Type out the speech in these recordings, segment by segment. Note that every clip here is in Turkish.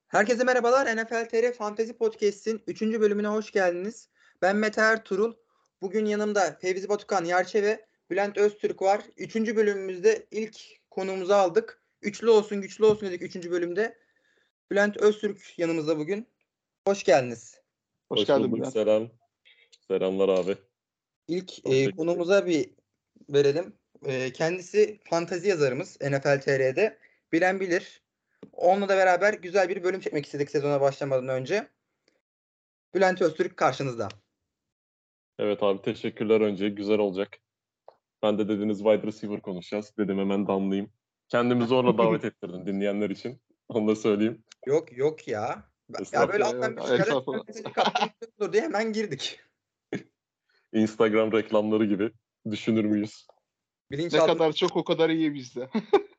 Herkese merhabalar. NFL TR Fantezi Podcast'in 3. bölümüne hoş geldiniz. Ben Mete Ertuğrul. Bugün yanımda Fevzi Batukan Yarçe ve Bülent Öztürk var. 3. bölümümüzde ilk konuğumuzu aldık. Üçlü olsun güçlü olsun dedik 3. bölümde. Bülent Öztürk yanımızda bugün. Hoş geldiniz. Hoş Hoş geldin bulduk. Bülent. Selam. Selamlar abi. İlk Öncelikle konuğumuza bir verelim. Kendisi fantazi yazarımız NFL TR'de. Bilen bilir. Onunla da beraber güzel bir bölüm çekmek istedik sezona başlamadan önce. Bülent Öztürk karşınızda. evet abi, teşekkürler önce. Güzel olacak. Ben de dediniz wide receiver konuşacağız. Dedim hemen damlayayım. Kendimi zorla davet ettirdim dinleyenler için. Onu da söyleyeyim. Yok ya. Ya böyle Estağfurullah. alttan bir şey geldi. Estağfurullah. Fantezi kaptanı olur diye hemen girdik. Instagram reklamları gibi. Düşünür müyüz? Ne Bilinçaltı kadar çok o kadar iyi bizde.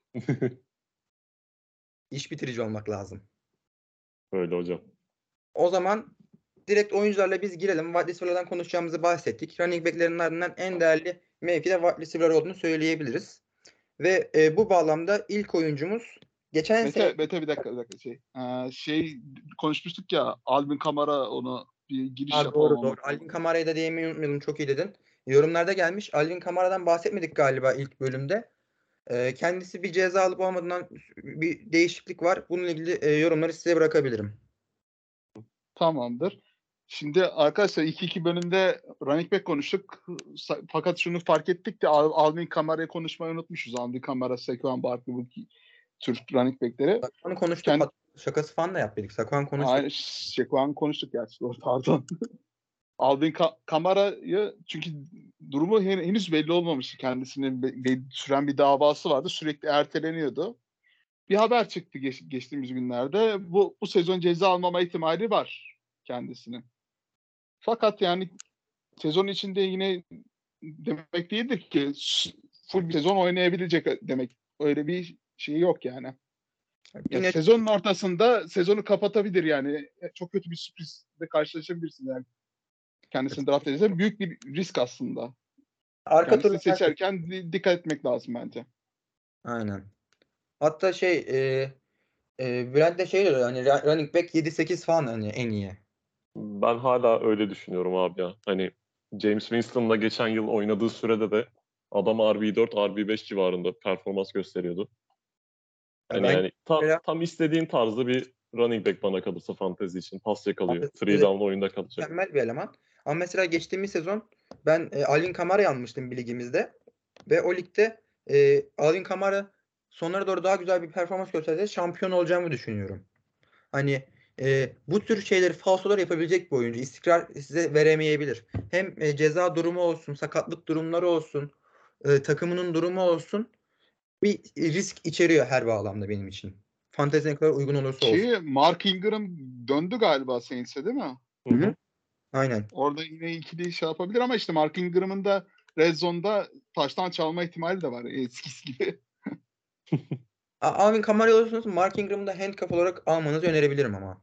iş bitirici olmak lazım. Öyle hocam. O zaman direkt oyuncularla biz girelim. Wide receiver'lardan konuşacağımızı bahsettik. Running back'lerin ardından en değerli mevkide wide receiver olduğunu söyleyebiliriz. Ve bu bağlamda ilk oyuncumuz geçen sene... Mete bir dakika. Konuşmuştuk ya, Alvin Kamara ona bir giriş yapalım. Doğru. Alvin Kamara'yı da diyemeyi unutmayalım. Çok iyi dedin. Yorumlarda gelmiş. Alvin Kamara'dan bahsetmedik galiba ilk bölümde. Kendisi bir ceza alıp olmadığından bir değişiklik var. Bununla ilgili yorumları size bırakabilirim. Tamamdır. Şimdi arkadaşlar 2-2 bölümde running back konuştuk. Fakat şunu fark ettik de Alvin Kamara'yı konuşmayı unutmuşuz. Alvin Kamara, Saquon Barkley, bu Türk running backleri. Sakuan'ı konuştuk. Şakası falan da yaptık. Sakuan konuştuk. Aynen, Saquon konuştuk gerçi. Doğru, pardon. Alvin Kamara'yı, çünkü durumu henüz belli olmamıştı. Kendisinin süren bir davası vardı. Sürekli erteleniyordu. Bir haber çıktı geçtiğimiz günlerde. Bu sezon ceza almama ihtimali var kendisinin. Fakat yani sezon içinde yine demek değildir ki full bir sezon oynayabilecek demek. Öyle bir şey yok yani. Ya Yine sezonun ortasında sezonu kapatabilir yani. Çok kötü bir sürprizle karşılaşabilirsin yani. Kendisini draft ederse büyük bir risk aslında. arka Kendisini turlardan seçerken dikkat etmek lazım bence. aynen. Hatta Bülent de şey diyor hani running back 7-8 falan hani en iyi. Ben hala öyle düşünüyorum abi ya. Hani James Winston'la geçen yıl oynadığı sürede de adam RB4, RB5 civarında performans gösteriyordu. Hani Ben yani tam istediğin tarzda bir running back bana kalırsa fantezi için. Pas yakalıyor. Three down oyunda kalacak. mükemmel bir eleman. Ama mesela geçtiğimiz sezon ben Alvin Kamara'yı almıştım bir ligimizde. Ve o ligde Alvin Kamara sonlara doğru daha güzel bir performans gösterse şampiyon olacağımı düşünüyorum. Hani bu tür şeyleri falsolar yapabilecek bir oyuncu. İstikrar size veremeyebilir. Hem ceza durumu olsun, sakatlık durumları olsun, takımının durumu olsun. Bir risk içeriyor her bağlamda benim için. Fanteziye ne kadar uygun olursa olsun. Mark Ingram döndü galiba Saints'e, değil mi? Hı hı. Aynen. Orada yine ikili şey yapabilir ama işte Mark Ingram'ın da red zone'da taştan çalma ihtimali de var eskisi gibi. Alvin Kamara olursanız Mark Ingram'ı da handcuff olarak almanızı önerebilirim ama.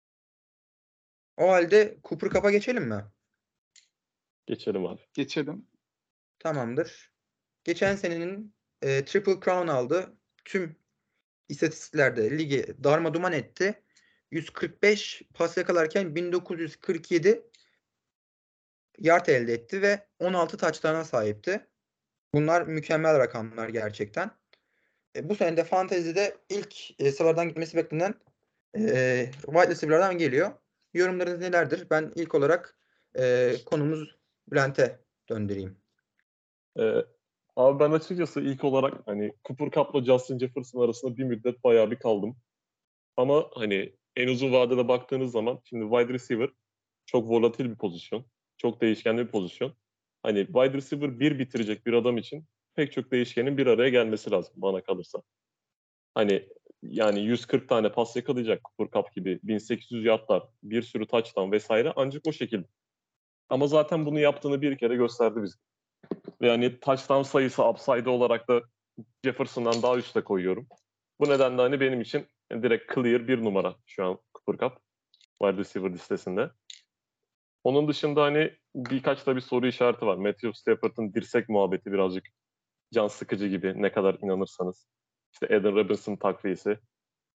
O halde Cooper Cup'a geçelim mi? Geçelim abi. Geçelim. Tamamdır. Geçen senenin Triple Crown aldı. Tüm istatistiklerde ligi darmaduman etti. 145 pas yakalarken 1947 yard elde etti ve 16 touchdown'a sahipti. Bunlar mükemmel rakamlar gerçekten. Bu sene de fantezide ilk sıralardan gitmesi beklenen wide receiver'lardan geliyor. Yorumlarınız nelerdir? Ben ilk olarak konumuz Bülent'e döndüreyim. Abi ben açıkçası ilk olarak hani Cooper Kupp'la Justin Jefferson arasında bir müddet bayağı bir kaldım. Ama hani en uzun vadede baktığınız zaman şimdi wide receiver çok volatil bir pozisyon. Çok değişkenli bir pozisyon. Hani wide receiver bir bitirecek bir adam için pek çok değişkenin bir araya gelmesi lazım bana kalırsa. Hani yani 140 tane pas yakalayacak Cooper Kupp gibi 1800 yardlar, bir sürü touchdown vesaire ancak o şekilde. Ama zaten bunu yaptığını bir kere gösterdi bize. Ve yani touchdown sayısı upside olarak da Jefferson'dan daha üstte koyuyorum. Bu nedenle hani benim için direkt clear bir numara şu an Cooper Kupp wide receiver listesinde. Onun dışında hani birkaç da bir soru işareti var. Matthew Stafford'ın dirsek muhabbeti birazcık can sıkıcı gibi ne kadar inanırsanız. İşte Adam Robinson takviyesi.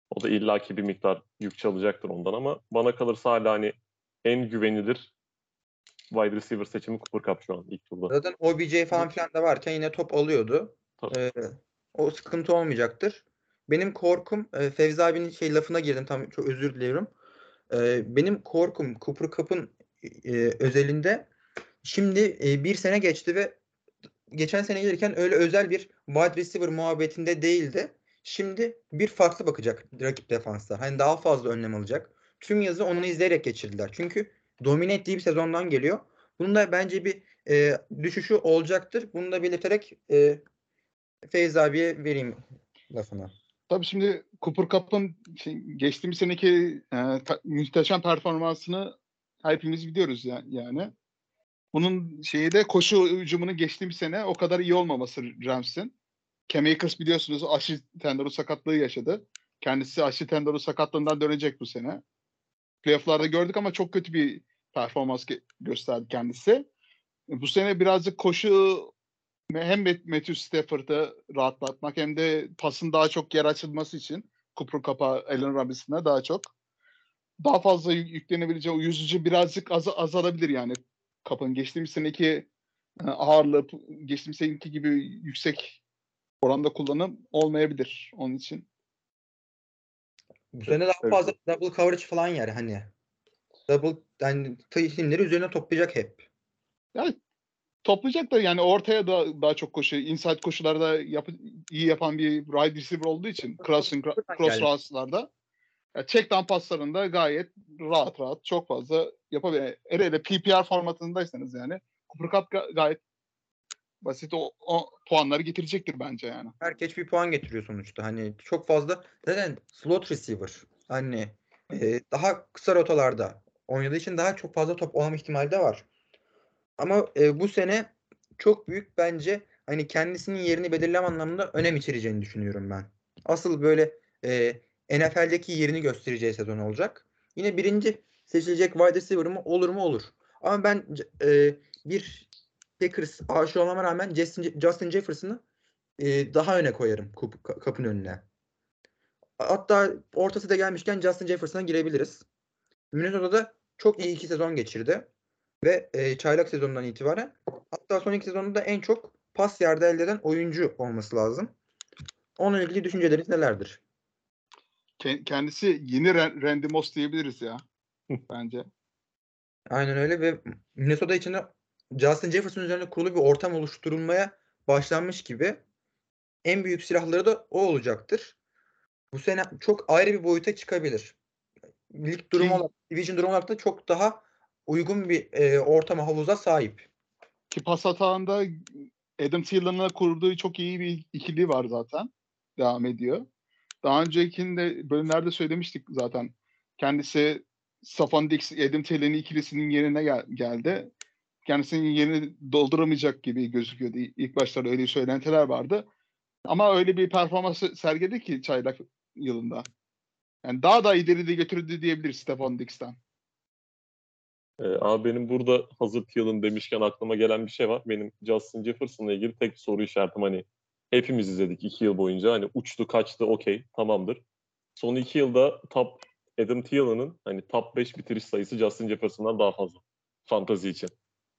O da illaki bir miktar yük çalacaktır ondan ama bana kalırsa hala hani en güvenilir wide receiver seçimi Cooper Kupp şu an ilk turda. Zaten OBJ falan filan da varken yine top alıyordu. Tabii. O sıkıntı olmayacaktır. Benim korkum Fevzi abinin lafına girdim, tam çok özür diliyorum. Benim korkum Cooper Kupp'ın özelinde, şimdi bir sene geçti ve geçen sene gelirken öyle özel bir wide receiver muhabbetinde değildi. Şimdi bir farklı bakacak rakip defansa. Hani daha fazla önlem alacak. Tüm yazı onu izleyerek geçirdiler. Çünkü domine ettiği bir sezondan geliyor. Bunun da bence bir düşüşü olacaktır. Bunu da belirterek Feyz abiye vereyim lafını. Tabii şimdi Cooper Kupp'ın geçtiğimiz seneki muhteşem performansını hepimiz biliyoruz yani. Bunun de koşu hücumunu geçtiğimiz sene o kadar iyi olmaması Rams'in. Cam Akers biliyorsunuz Achilles tendonu sakatlığı yaşadı. Kendisi Achilles tendonu sakatlığından dönecek bu sene. Playoff'larda gördük ama çok kötü bir performans gösterdi kendisi. Bu sene birazcık koşu hem Matthew Stafford'ı rahatlatmak hem de pasın daha çok yer açılması için Cooper Kupp'a, Allen Robinson'a daha fazla yüklenebileceği o yüzücü birazcık azalabilir yani. Kupp'ın geçtiğimiz seneki ağırlığı geçtiğimiz seneki gibi yüksek oranda kullanım olmayabilir onun için. Bu sene daha fazla double coverage falan yer hani. Double, yani timleri üzerine toplayacak hep. Yani toplayacak da yani ortaya daha çok koşu, inside koşularda iyi yapan bir wide receiver olduğu için cross route'larda check down paslarında gayet rahat çok fazla yapabilir. Hele PPR formatındaysanız yani Cooper Kupp gayet basit o puanları getirecektir bence yani. Herkes bir puan getiriyor sonuçta. Hani çok fazla zaten slot receiver. Hani daha kısa rotalarda oynadığı için daha çok fazla top olma ihtimali de var. Ama bu sene çok büyük bence hani kendisinin yerini belirleme anlamında önem içereceğini düşünüyorum ben. Asıl böyle NFL'deki yerini göstereceği sezon olacak. Yine birinci seçilecek wide receiver mı olur mu? Olur. Ama ben bir Packers aşığı olmama rağmen Justin Jefferson'ı daha öne koyarım Kupp'ın önüne. Hatta ortası da gelmişken Justin Jefferson'a girebiliriz. Minnesota'da çok iyi 2 sezon geçirdi. Ve çaylak sezonundan itibaren, hatta son 2 sezonda en çok pas yardı elde eden oyuncu olması lazım. Onunla ilgili düşünceleriniz nelerdir? Kendisi yeni Randy Moss diyebiliriz ya bence. Aynen öyle ve Minnesota içinde Justin Jefferson üzerine kurulu bir ortam oluşturulmaya başlanmış gibi. En büyük silahları da o olacaktır. Bu sene çok ayrı bir boyuta çıkabilir. Lig durumu olarak, division durumu olarak da çok daha uygun bir ortama, havuza sahip. Ki pas hatağında Adam Thielen'la kurduğu çok iyi bir ikili var zaten. Devam ediyor. Daha öncekinde bölümlerde söylemiştik zaten. Kendisi Stefon Diggs, Adam Thielen'in ikilisinin yerine geldi. Kendisinin yerini dolduramayacak gibi gözüküyordu. İlk başlarda öyle söylentiler vardı. Ama öyle bir performans sergiledi ki çaylak yılında. Yani daha da ileri de götürdü diyebiliriz Stefon Diggs'ten. Abi benim burada hazır Thielen demişken aklıma gelen bir şey var. Benim Justin Jefferson'la ilgili tek soru işaretim hani hepimiz izledik 2 yıl boyunca. Hani uçtu kaçtı okey tamamdır. Son 2 yılda Adam Thielen'ın hani top 5 bitiriş sayısı Justin Jefferson'dan daha fazla. Fantazi için.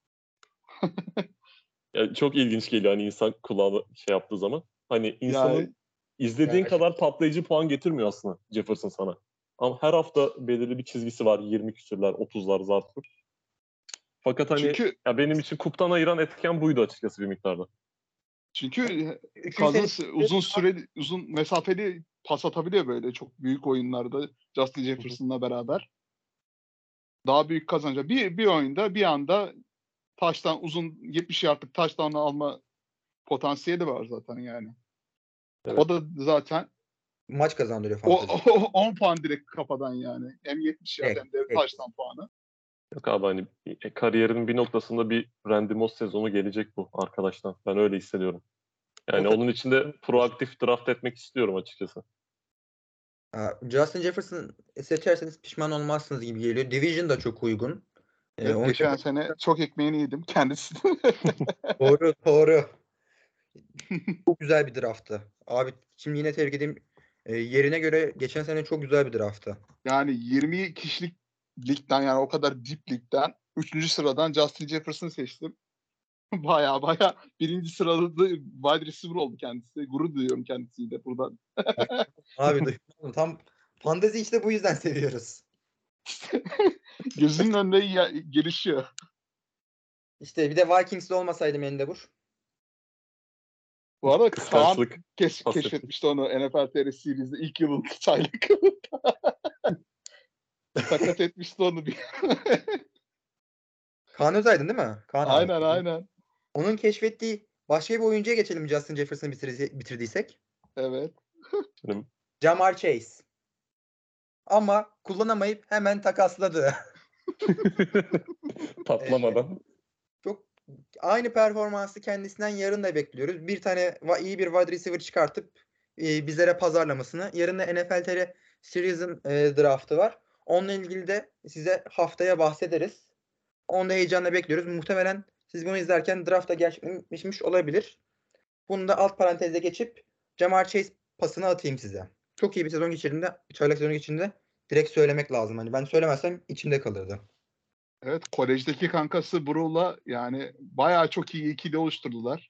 Yani çok ilginç geliyor hani insan kulağına yaptığı zaman. Hani insanın izlediğin kadar patlayıcı puan getirmiyor aslında Jefferson sana. Ama her hafta belirli bir çizgisi var. 20 küsürler, 30'lar zartı. Fakat hani ya benim için kuptan ayıran etken buydu açıkçası bir miktarda. Çünkü Cousins uzun mesafeli pas atabiliyor böyle çok büyük oyunlarda Justin Jefferson'la beraber. Daha büyük kazanacak. Bir oyunda bir anda taştan uzun 70 yardlık taştan alma potansiyeli var zaten yani. Evet. O da zaten Maç kazandırıyor fantezi. 10 puan direkt kafadan yani. Hem 70 yard hem de taştan puanı. Yok abi hani kariyerinin bir noktasında bir Randy Moss sezonu gelecek bu arkadaştan. Ben öyle hissediyorum. Yani onun için de proaktif draft etmek istiyorum açıkçası. Justin Jefferson seçerseniz pişman olmazsınız gibi geliyor. Division da çok uygun. Geçen sene çok ekmeğini yedim kendisi. Doğru. Çok güzel bir drafttı. Abi şimdi yine tebrik edeyim. yerine göre geçen sene çok güzel bir drafttı. Yani 20 kişilik ligden, yani o kadar dip ligden 3. sıradan Justin Jefferson'ı seçtim. Baya birinci sırada wide receiver oldu kendisi. Gurur duyuyorum kendisiyle buradan. Abi duydum. Tam fantezi işte bu yüzden seviyoruz. Gözünün önünde gelişiyor. İşte bir de Vikings'de olmasaydı Mendebur. Bu arada Kaan Kıskançlık. keşfetmişti onu NFL TR Series'de ilk yılın çaylak. Takas etmişti onu bir. Kaan Özaydın değil mi? Kaan abi. Aynen. Onun keşfettiği başka bir oyuncuya geçelim Justin Jefferson'ı bitirdiysek. Evet. Jamar Chase. Ama kullanamayıp hemen takasladı. Patlamadan. Çok aynı performansı kendisinden yarın da bekliyoruz. Bir tane iyi bir wide receiver çıkartıp bizlere pazarlamasını. Yarın da NFL TR Series'in draftı var. Onunla ilgili de size haftaya bahsederiz. Onu da heyecanla bekliyoruz. Muhtemelen siz bunu izlerken draft da gerçekleşmiş olabilir. Bunu da alt paranteze geçip Jamar Chase pasını atayım size. Çok iyi bir sezon geçirdiğinde, çaylak sezonu geçirdiğinde direkt söylemek lazım. Hani ben söylemezsem içimde kalırdı. Evet, kolejdeki kankası Burrow'la yani bayağı çok iyi ikili oluşturdular.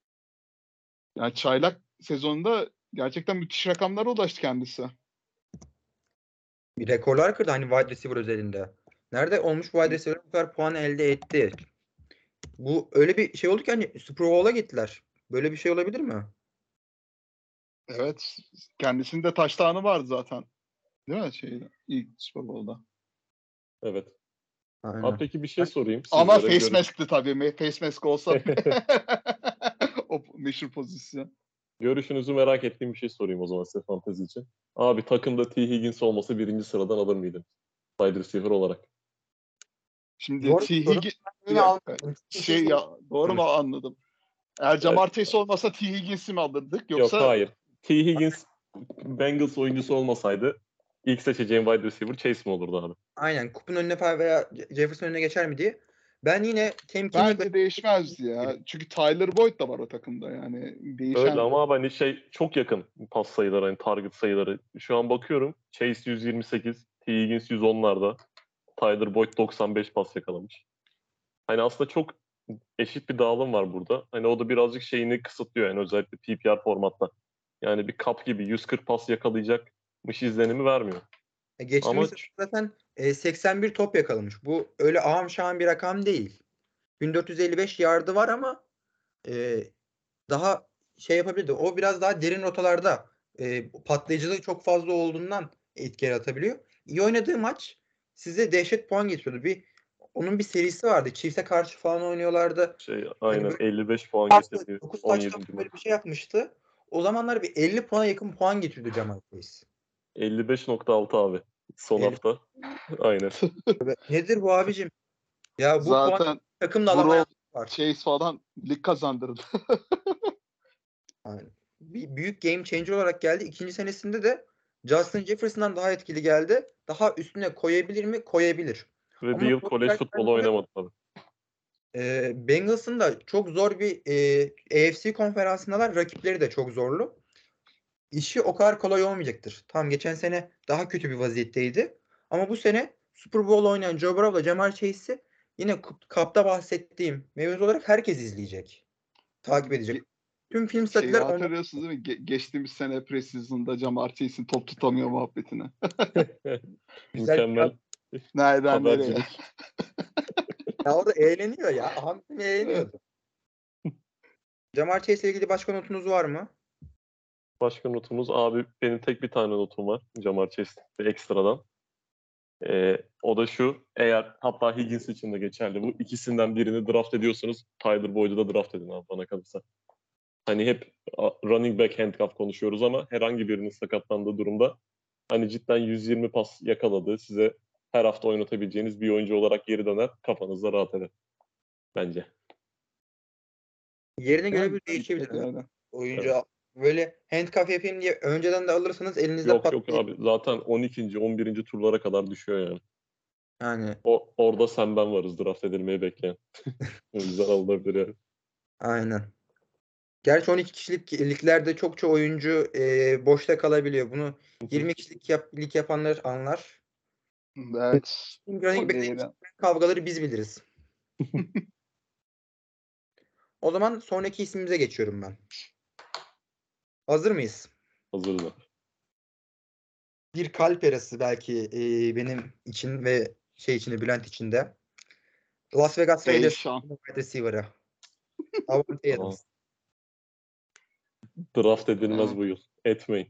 Yani çaylak sezonunda gerçekten müthiş rakamlara ulaştı kendisi. Bir rekorlar kırdı hani wide receiver özelinde. Nerede olmuş wide receiver bu kadar puan elde etti? Bu öyle bir şey oldu ki hani Super Bowl'a gittiler. Böyle bir şey olabilir mi? Evet, kendisinde touchdown'ı vardı zaten. Değil mi ilk Super Bowl'da? Evet. Aynen. Abi peki bir şey sorayım Ama sizlere. face mask'ti tabii. Face mask olsa o meşhur pozisyon. Görüşünüzü merak ettiğim bir şey sorayım o zaman size fantezi için. Abi takımda T. Higgins olmasa birinci sıradan alır mıydın? Wide receiver olarak. Şimdi Zor T. bir soru. Higgins Yine almadım. doğru mu anladım? Eğer Jamar Chase olmasa T. Higgins'i mi alırdık Yok yoksa hayır. T. Higgins Bengals oyuncusu olmasaydı ilk seçeceğim wide receiver Chase mi olurdu abi? Aynen. Coop'un önüne falan veya Jefferson önüne geçer mi diye. Ben yine temkinli bence değişmezdi ya. Çünkü Tyler Boyd da var o takımda yani. Öyle Değişen ama hani çok yakın pas sayıları, hani target sayıları. Şu an bakıyorum Chase 128, T. Higgins 110'larda. Tyler Boyd 95 pas yakalamış. Hani aslında çok eşit bir dağılım var burada. Hani o da birazcık şeyini kısıtlıyor yani özellikle PPR formatta. Yani bir kap gibi 140 pas yakalayacakmış izlenimi vermiyor. Ama geçtiğimiz sezon zaten 81 top yakalamış. Bu öyle ahım şahım bir rakam değil. 1455 yardı var ama daha şey yapabilirdi. O biraz daha derin rotalarda patlayıcılığı çok fazla olduğundan etki yaratabiliyor. İyi oynadığı maç size dehşet puan getiriyordu. Onun bir serisi vardı. Chiefs'e karşı falan oynuyorlardı. Hani aynen böyle 55 puan 9 getirdi taştan 17. böyle maç. bir şey yapmıştı. O zamanlar bir 50 puana yakın puan getiriyordu Jamal Chase. 55.6 abi son 50. hafta. Aynen. Nedir bu abicim? Ya bu puan zaten takım da alamayan Burrow, var. Chase falan lig kazandırdı. Yani bir büyük game changer olarak geldi. İkinci senesinde de Justin Jefferson'dan daha etkili geldi. Daha üstüne koyabilir mi? Koyabilir. Ve bir Ama yıl kolej futbolu oynamadı tabii. Bengals'ın da çok zor bir AFC konferansındalar. Rakipleri de çok zorlu. İşi o kadar kolay olmayacaktır. Tamam geçen sene daha kötü bir vaziyetteydi. Ama bu sene Super Bowl oynayan Joe Burrow'la Jamar Chase'i yine kapta bahsettiğim mevzu olarak herkes izleyecek. Takip edecek. Tüm film Şeyi statüler onlar. hatırlıyorsunuz değil mi? Geçtiğimiz sene preseason'da Jamar Chase'in top tutamıyor muhabbetine. Güzel bir Mükemmel Nereden nereye? habercilik. Ya orada eğleniyor ya. Hamdim eğleniyordu. Jamar Chase ile ilgili başka notunuz var mı? Başka notumuz abi benim tek bir tane notum var. Jamar Chase'de ekstradan. O da şu. Eğer hatta Higgins için de geçerli bu. İkisinden birini draft ediyorsanız Tyler Boyd'u da draft edin abi bana kalırsa. Hani hep running back handcuff konuşuyoruz ama herhangi birinin sakatlandığı durumda hani cidden 120 pas yakaladığı size her hafta oynatabileceğiniz bir oyuncu olarak geri döner. Kafanızda rahat eder. Bence. Yerine göre Yani, bir değişebilir. yani. Oyuncu Evet. böyle handcuff yapayım diye önceden de alırsanız elinizde Yok patlayıp abi zaten 12. 11. turlara kadar düşüyor yani. yani Orada sen ben varız draft edilmeyi bekleyen. O yüzden alınabilir yani. aynen. Gerçi 12 kişilik liglerde çokça oyuncu boşta kalabiliyor. Bunu 20 kişilik lig yapanlar anlar. Evet. Running O back'teki değil. kavgaları biz biliriz. O zaman sonraki ismimize geçiyorum ben. Hazır mıyız? Hazırız. Bir kalp yarası belki benim için ve şey için de Bülent için de. Las Vegas Raiders Eyşan. wide receiver'ı. Davante Tamam. Adams. Draft edilmez Evet. bu yıl. Etmeyin.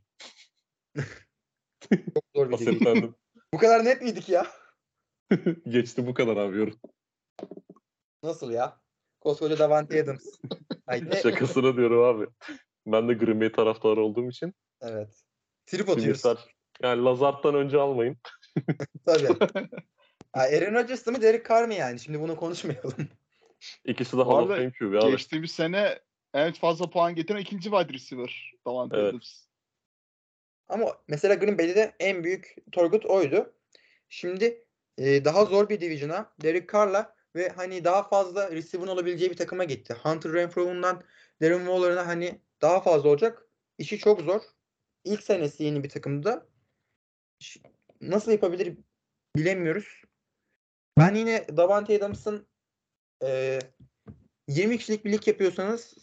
Çok zor bir division. Hasetlendim. Bu kadar net miydik ya? Geçti bu kadar abi yorum. Nasıl ya? Koskoca Davante Adams. Ay, ne? Şakasına diyorum abi. Ben de Green Bay taraftarı olduğum için Evet. Trip atıyoruz. Simitler. Yani Lazard'dan önce almayın. Tabii. Aaron Rodgers mı Derek Carr mı yani? Şimdi bunu konuşmayalım. İkisi de Bu Hall of arada Fame QB abi. geçtiğimiz sene en fazla puan getiren ikinci wide receiver Davante Evet. Adams. Ama mesela Green Bay'de de en büyük target oydu. Şimdi daha zor bir division'a Derek Carr'la ve hani daha fazla receiver'ın olabileceği bir takıma gitti. Hunter Renfrow'undan Darren Waller'ına hani daha fazla olacak. İşi çok zor. İlk senesi yeni bir takımda. Nasıl yapabilir bilemiyoruz. Ben yine Davante Adams'ın 20 kişilik bir lig yapıyorsanız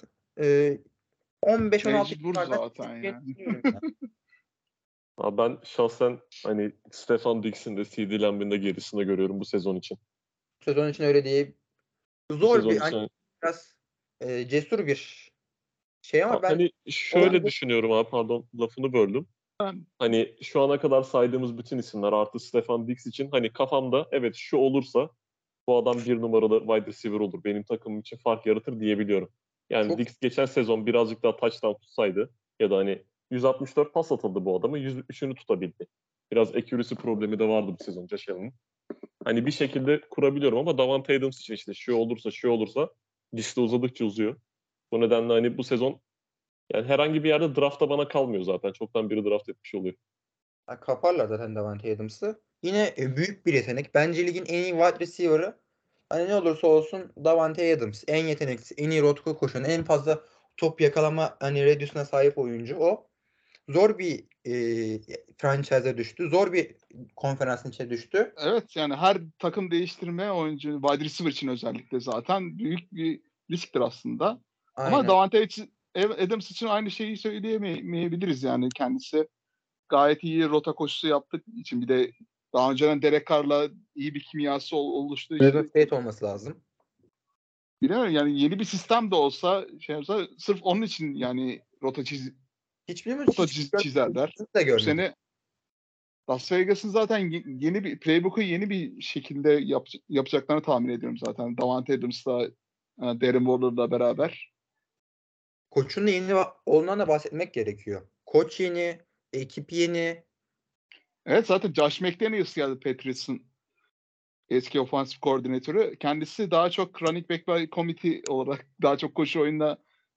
15-16 Mecbur zaten yani. düşünüyorum ya. Abi ben şahsen hani Stefan Diggs'in de CD Lamb'in de gerisinde görüyorum bu sezon için. Bu sezon için öyle diye Bu zor sezon bir hani için biraz cesur bir şey ama ben hani şöyle olabilir. düşünüyorum abi, pardon lafını böldüm. Hani şu ana kadar saydığımız bütün isimler artı Stefan Diggs için hani kafamda evet şu olursa bu adam bir numaralı wide receiver olur. Benim takımım için fark yaratır diyebiliyorum. Yani Çok Diggs geçen sezon birazcık daha touchdown tutsaydı ya da hani 164 pas atıldı bu adamı, 103'ünü tutabildi. Biraz accuracy problemi de vardı bu sezon Josh Allen'ın. Hani bir şekilde kurabiliyorum ama Davante Adams için işte şu olursa liste uzadıkça uzuyor. Bu nedenle hani bu sezon yani herhangi bir yerde draftta bana kalmıyor zaten. Çoktan biri draft etmiş oluyor. kaparlar zaten Davante Adams'ı. Yine büyük bir yetenek. Bence ligin en iyi wide receiver'ı. Hani ne olursa olsun Davante Adams. En yeteneklisi, en iyi rotku koşan, en fazla top yakalama hani radius'una sahip oyuncu o. Zor bir franchise'e düştü. Zor bir konferansın içine düştü. Evet yani her takım değiştirme oyuncu wide receiver için özellikle zaten büyük bir risktir aslında. Ama Aynen. Davante Adams için aynı şeyi söyleyemeyebiliriz yani kendisi gayet iyi rota koşusu yaptık için bir de daha önceden Derek Carr'la iyi bir kimyası oluştuğu Golden için State olması lazım. bilmiyorum yani yeni bir sistem de olsa şey olsa sırf onun için yani Hiç bilmiyorum. çizerler. De Bu görmedik. sene Las Vegas'ın zaten yeni bir playbook'u yeni bir şekilde yapacaklarını tahmin ediyorum zaten. Davante Adams'la Darren Waller'la beraber. Koçun da yeni olduğundan da bahsetmek gerekiyor. Koç yeni, ekip yeni. Evet zaten Josh McDaniels geldi Patriots'ın eski ofansif koordinatörü. Kendisi daha çok running back ve committee olarak daha çok koşu oyununa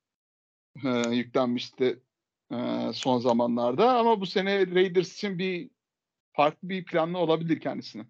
yüklenmişti son zamanlarda. Ama bu sene Raiders için farklı bir planlı olabilir kendisine.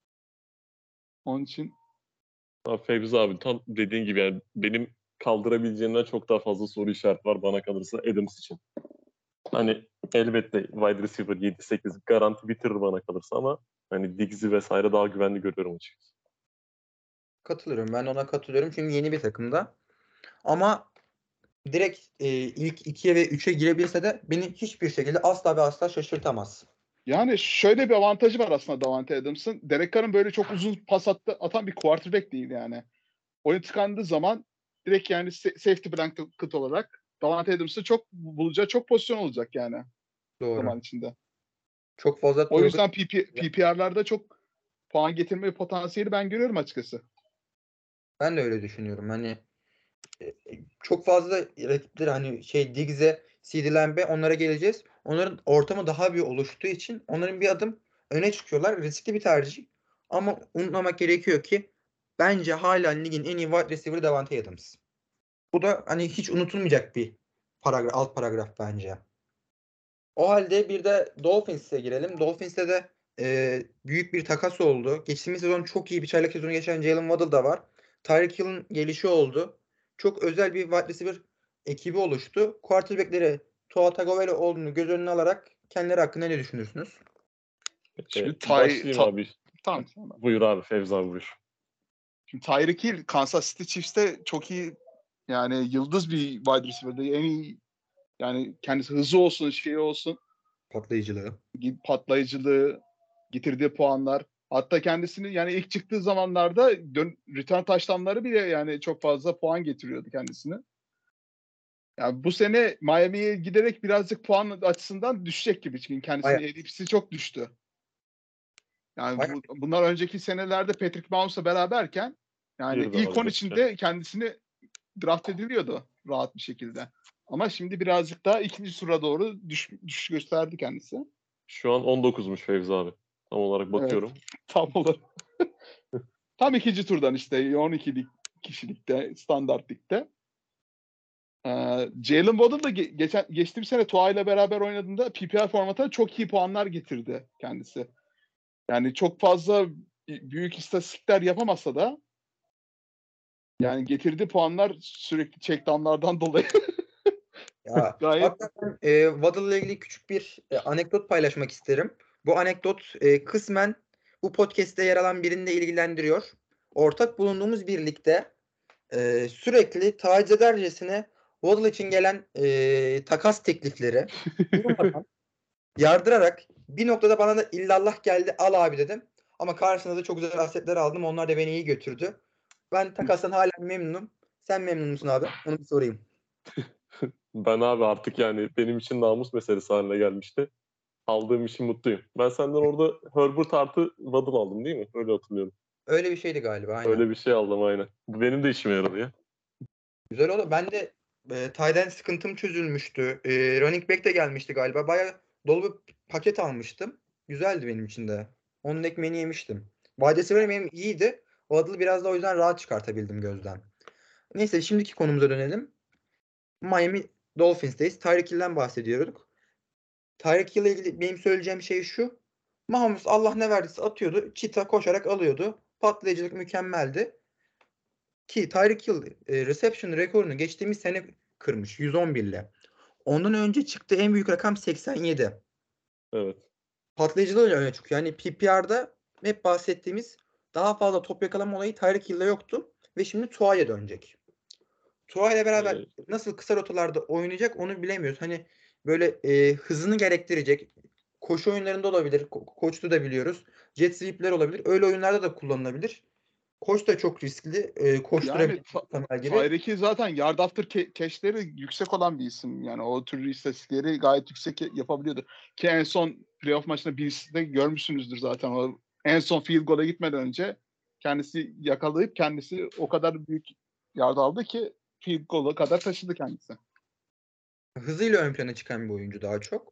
Onun için Abi Fevzi abi tam dediğin gibi yani benim kaldırabileceğimden çok daha fazla soru işareti var bana kalırsa Adams için. Hani elbette wide receiver 7-8 garanti bitirir bana kalırsa ama hani Diggs'i vesaire daha güvenli görüyorum açıkçası. Katılıyorum. Ben ona katılıyorum. Çünkü yeni bir takımda. Ama direkt ilk 2'ye ve 3'e girebilse de beni hiçbir şekilde asla ve asla şaşırtamaz. yani şöyle bir avantajı var aslında Davante Adams'ın. Derek Carr'ın böyle çok uzun pas atan bir quarterback değil yani. Oyun tıkandığı zaman direkt yani safety blanket olarak Davante Adams'ın çok bulacağı çok pozisyon olacak yani Doğru. zaman içinde. Çok fazla O target. yüzden PPR'larda çok puan getirme potansiyeli ben görüyorum açıkçası. Ben de öyle düşünüyorum. Hani çok fazla rakipleri hani şey Diggs'e, CeeDee Lamb'e onlara geleceğiz. Onların ortamı daha bir oluştuğu için onların bir adım öne çıkıyorlar. Riskli bir tercih. Ama unutmamak gerekiyor ki bence hala ligin en iyi wide receiver'ı Davante Adams. Bu da hani hiç unutulmayacak bir paragraf, alt paragraf bence. O halde bir de Dolphins'e girelim. Dolphins'te de büyük bir takas oldu. Geçtiğimiz sezon çok iyi bir çaylak sezonu geçen Jalen Waddle da var. Tyreek Hill'in gelişi oldu. Çok özel bir wide receiver ekibi oluştu. Quarterback'leri Tua Tagovailoa göz önüne alarak kendileri hakkında ne düşünürsünüz? Şimdi Başlayayım abi. Tamam. Buyur abi Fevzi abi buyur. Şimdi Tyreek Hill Kansas City Chiefs'te çok iyi, yani yıldız bir wide receiver'dı. En iyi, yani kendisi hızı olsun, şeyi olsun, Patlayıcılığı. patlayıcılığı, getirdiği puanlar. Hatta kendisini, yani ilk çıktığı zamanlarda return touchdown'ları bile yani çok fazla puan getiriyordu kendisine. Yani bu sene Miami'ye giderek birazcık puan açısından düşecek gibi. Çünkü kendisinin ADP'si çok düştü. Yani bunlar önceki senelerde Patrick Mahomes'la beraberken yani Girdi ilk abi 10 de. içinde kendisini draft ediliyordu rahat bir şekilde. Ama şimdi birazcık daha ikinci tura doğru düşüş gösterdi kendisi. Şu an 19'muş Fevzi abi. Tam olarak bakıyorum. Evet, tam olarak. Tam ikinci turdan işte 12 kişilikte, standart ligde. Jalen Waddle da geçtiğim sene Tua ile beraber oynadığında PPR formatına çok iyi puanlar getirdi kendisi. Yani çok fazla büyük istatistikler yapamasa da yani getirdiği puanlar sürekli checkdownlardan dolayı Ya, gayet. hatta ben Waddle ile ilgili küçük bir anekdot paylaşmak isterim. Bu anekdot kısmen bu podcast'te yer alan birini de ilgilendiriyor. Ortak bulunduğumuz birlikte sürekli taciz edercesine Waddle için gelen takas teklifleri durmadan yardırarak bir noktada bana da illallah geldi al abi dedim. Ama karşısında da çok güzel asetler aldım. Onlar da beni iyi götürdü. Ben takastan hala memnunum. Sen memnun musun abi? Onu bir sorayım. Ben abi artık yani benim için namus meselesi haline gelmişti. Aldığım için mutluyum. Ben senden orada Herbert artı Waddle aldım değil mi? Öyle hatırlıyorum. Öyle bir şeydi galiba aynen. Öyle bir şey aldım aynen. Bu benim de işime yaradı ya. Güzel oldu. Ben de tight end sıkıntım çözülmüştü. Running back de gelmişti galiba. Bayağı dolu bir paket almıştım. Güzeldi benim için de. Onun ekmeğini yemiştim. Wide receiver benim iyiydi. Waddle'ı biraz da o yüzden rahat çıkartabildim gözden. Neyse şimdiki konumuza dönelim. Miami Dolphins'teyiz. Tyreek Hill'den bahsediyorduk. Tyreek Hill'le ilgili benim söyleyeceğim şey şu. Mahomes Allah ne verdiyse atıyordu. Çita koşarak alıyordu. Patlayıcılık mükemmeldi. Ki Tyreek Hill reception rekorunu geçtiğimiz sene kırmış 111 ile. Ondan önce çıktığı en büyük rakam 87. Evet. Patlayıcılığı öne çıkıyor. Yani PPR'da hep bahsettiğimiz daha fazla top yakalama olayı Tyreek Hill'de yoktu. Ve şimdi Tua'ya dönecek. Tua ile beraber nasıl kısa rotalarda oynayacak onu bilemiyoruz. Hani böyle hızını gerektirecek koşu oyunlarında olabilir. Koçtu da biliyoruz. Jet sweep'ler olabilir. Öyle oyunlarda da kullanılabilir. Koç da çok riskli. Yani Koşturabilir gibi. Tyreek Hill zaten yard after catch'leri yüksek olan bir isim. Yani o tür istatistikleri gayet yüksek yapabiliyordu. Ki en son playoff maçında birisi de görmüşsünüzdür zaten. O en son field goal'a gitmeden önce kendisi yakalayıp kendisi o kadar büyük yard aldı ki field goal'a kadar taşıdı kendisi. Hızıyla ön plana çıkan bir oyuncu daha çok.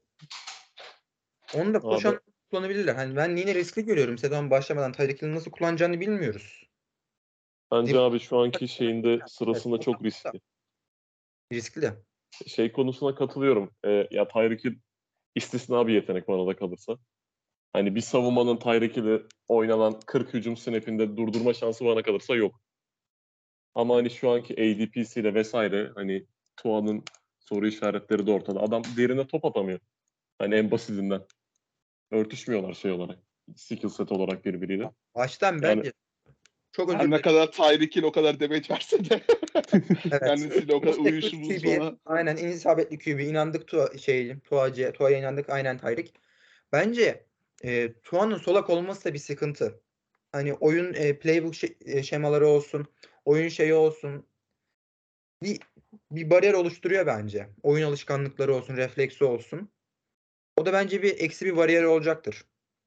Onu da koşan kullanabilirler. Hani ben yine riskli görüyorum. Sezon başlamadan Tyreek Hill'in nasıl kullanacağını bilmiyoruz. Bence abi şu anki şeyinde sırasında çok riskli. Riskli de. Şey konusuna katılıyorum. Ya Tyreek Hill istisna bir yetenek bana da kalırsa. Hani bir savunmanın Tyreek Hill'i oynanan 40 hücum snap'inde durdurma şansı bana kalırsa yok. Ama hani şu anki ADP'siyle vesaire hani Tua'nın soru işaretleri de ortada. Adam derine top atamıyor. Hani en basitinden. Örtüşmüyorlar şey olarak. Skill set olarak birbiriyle. Baştan Yani, bence çok özür Her ne dilerim. kadar Tyreek Hill o kadar demeç verse de Evet. kendisiyle o kadar uyuşu bulsana. Aynen en isabetli QB. İnandık Tua'ya inandık. Aynen Tyreek. Bence Tua'nın solak olması da bir sıkıntı. Hani oyun playbook şemaları olsun. Oyun şeyi olsun. Bir bariyer oluşturuyor bence. Oyun alışkanlıkları olsun. Refleksi olsun. O da bence bir eksi bir bariyer olacaktır.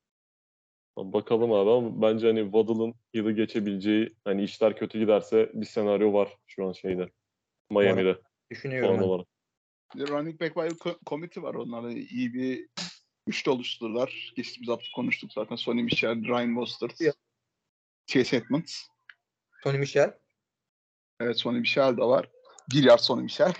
bakalım abi ama bence hani Waddle'ın yılı geçebileceği hani işler kötü giderse bir senaryo var şu an şeyde. Miami'de. Düşünüyorum Puan hani. olarak. Bir de Running Back Wide Committee var. Onlarla iyi bir üçlü oluşturdular. Geçtiğimiz hafta konuştuk zaten. Sonny Michel, Ryan Mostert, Chase Edmonds. Tony Michel. Evet, Sonny Michel de var. 1 yard Sonny Michel.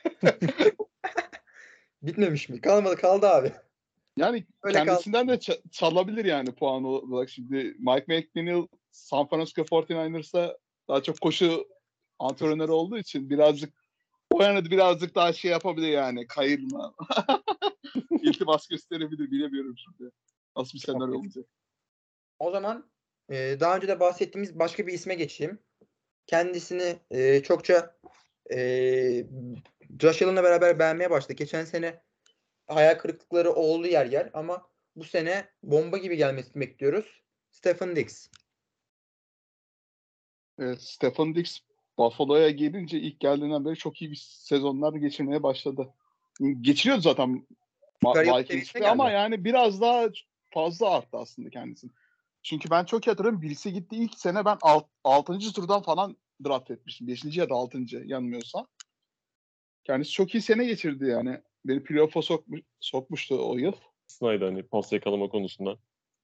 Bitmemiş mi? Kaldı abi. Yani Öyle kendisinden de çalabilir yani puan olarak. Şimdi Mike McDaniel San Francisco 49ers'a daha çok koşu antrenörü olduğu için birazcık O yana birazcık daha şey yapabilir yani. Kayırma. İltimas gösterebilir. Bilemiyorum şimdi. Nasıl bir senaryo olacak. O zaman daha önce de bahsettiğimiz başka bir isme geçeyim. Kendisini çokça Josh Allen'la beraber beğenmeye başladı. Geçen sene hayal kırıklıkları oldu yer yer ama bu sene bomba gibi gelmesini bekliyoruz. Stephen Diggs. Evet, Stefan Diggs Buffalo'ya gelince ilk geldiğinden beri çok iyi bir sezonlar geçirmeye başladı. Geçiriyordu zaten Süper Yıldız Vikings'te seviyesine ama geldi. yani biraz daha fazla arttı aslında kendisi. Çünkü ben çok iyi hatırlıyorum. Birisi gitti ilk sene ben 6. turdan falan draft etmiştim. 5. ya da 6. yanılmıyorsam. Kendisi çok iyi sene geçirdi yani. Beni playoff'a sokmuştu o yıl. Snyder hani pas yakalama konusunda.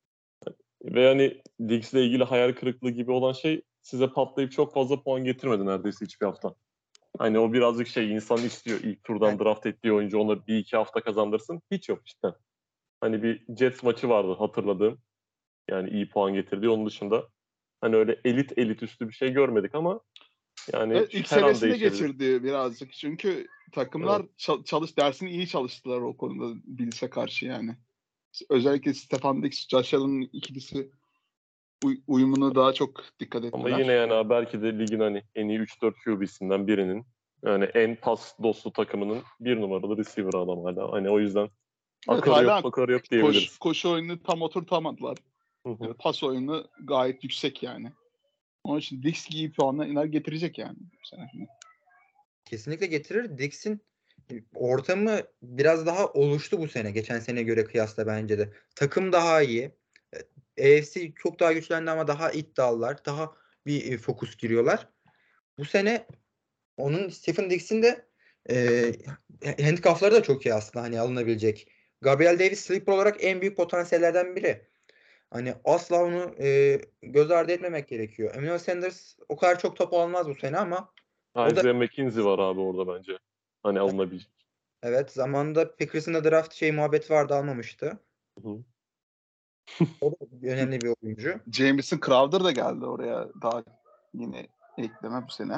Ve hani Diggs'le ilgili hayal kırıklığı gibi olan şey size patlayıp çok fazla puan getirmedi neredeyse hiçbir hafta. Hani o birazcık şey insan istiyor ilk turdan Evet. draft ettiği oyuncu ona bir iki hafta kazandırsın. Hiç yok işte. Hani bir Jets maçı vardı hatırladığım. Yani iyi puan getirdi. Onun dışında hani öyle elit üstü bir şey görmedik ama yani Evet, ilk her an seviyesinde değişebilir. geçirdi birazcık. Çünkü takımlar dersini iyi çalıştılar o konuda Bills'e karşı yani. Özellikle Stefan Diggs, Josh Allen'ın ikilisi uyumuna daha çok dikkat Ama ettiler. yine yani abi belki de ligin hani en iyi 3-4 QB'sinden birinin yani en pas dostu takımının bir numaralı receiver adam hala. Hani o yüzden Evet, akarı hala yok diyebiliriz. koşu oyunu tam oturtamadılar. Hı hı. Yani pas oyunu gayet yüksek yani. Onun için Diggs iyi puanlar getirecek yani. Bu sene. Kesinlikle getirir. Diggs'in ortamı biraz daha oluştu bu sene. Geçen sene göre kıyasla bence de. Takım daha iyi. AFC çok daha güçlendi ama daha iddialılar. Daha bir fokus giriyorlar. Bu sene onun Stephen Diggs'in de handcuff'ları da çok iyi aslında hani alınabilecek. Gabriel Davis sleeper olarak en büyük potansiyellerden biri. Hani asla onu göz ardı etmemek gerekiyor. Emmanuel Sanders o kadar çok top almaz bu sene ama o da Isaiah McKenzie var abi orada bence. Hani alınabilecek. evet zamanında Packers'ın da draft muhabbet vardı almamıştı. Hı hı. O da önemli bir oyuncu. Jameson Crowder da geldi oraya daha yine ekleme bu sene.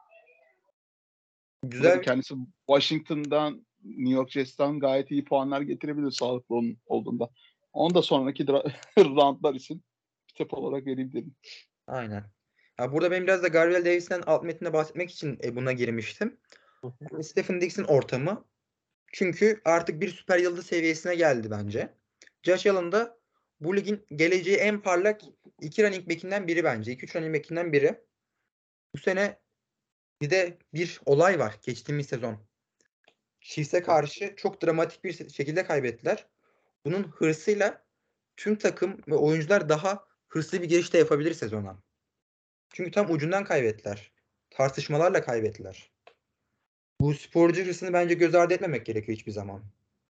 Bu da Güzel bir kendisi Washington'dan, New York Jets'ten gayet iyi puanlar getirebilir sağlıklı olduğunda. Onu da sonraki roundlar için bir tep olarak vereyim dedim. aynen. Ya burada ben biraz da Gabriel Davis'ten alt metninde bahsetmek için buna girmiştim. Stephen Diggs'in ortamı. Çünkü artık bir süper yıldız seviyesine geldi bence. Josh Allen da bu ligin geleceği en parlak iki running back'inden biri bence. 2-3 running back'inden biri. Bu sene bir de bir olay var geçtiğimiz sezon. Chiefs'e karşı çok dramatik bir şekilde kaybettiler. Bunun hırsıyla tüm takım ve oyuncular daha hırslı bir giriş de yapabilir sezona. Çünkü tam ucundan kaybettiler. Tartışmalarla kaybettiler. Bu sporcu hırsını bence göz ardı etmemek gerekiyor hiçbir zaman.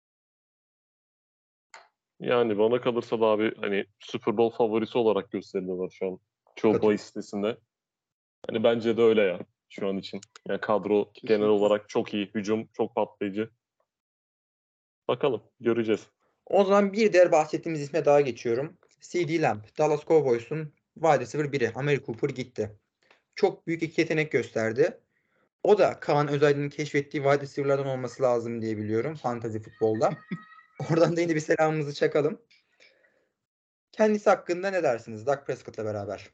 Yani bana kalırsa da abi hani Super Bowl favorisi olarak gösteriliyorlar şu an çoğu bahis sitesinde. Hani bence de öyle ya şu an için. Yani kadro genel Kesinlikle. olarak çok iyi. Hücum çok patlayıcı. Bakalım göreceğiz. O zaman bir diğer bahsettiğimiz isme daha geçiyorum. CeeDee Lamb. Dallas Cowboys'un wide receiver biri. Amari Cooper gitti. Çok büyük iki yetenek gösterdi. O da Kaan Özaydın'ın keşfettiği wide receiver'lardan olması lazım diye biliyorum. Fantasy futbolda. Oradan da yine bir selamımızı çakalım. Kendisi hakkında ne dersiniz? Dak Prescott'la beraber.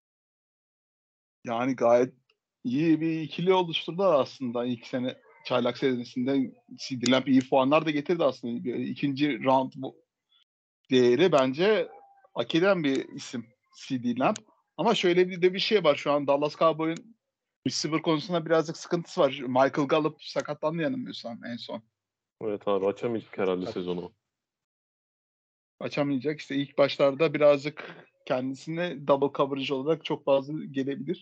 Yani gayet iyi bir ikili oluşturdular aslında ilk sene çaylak serisinde. CD Lamb iyi puanlar da getirdi aslında. İkinci round bu değeri bence hak eden bir isim CD Lamb. Ama şöyle bir şey var şu an Dallas Cowboys'un receiver konusunda birazcık sıkıntısı var. Michael Gallup sakatlandı yanılmıyorsam en son. Evet abi açamayacak herhalde sezonu. Açamayacak. İşte ilk başlarda birazcık kendisine double coverage olarak çok fazla gelebilir.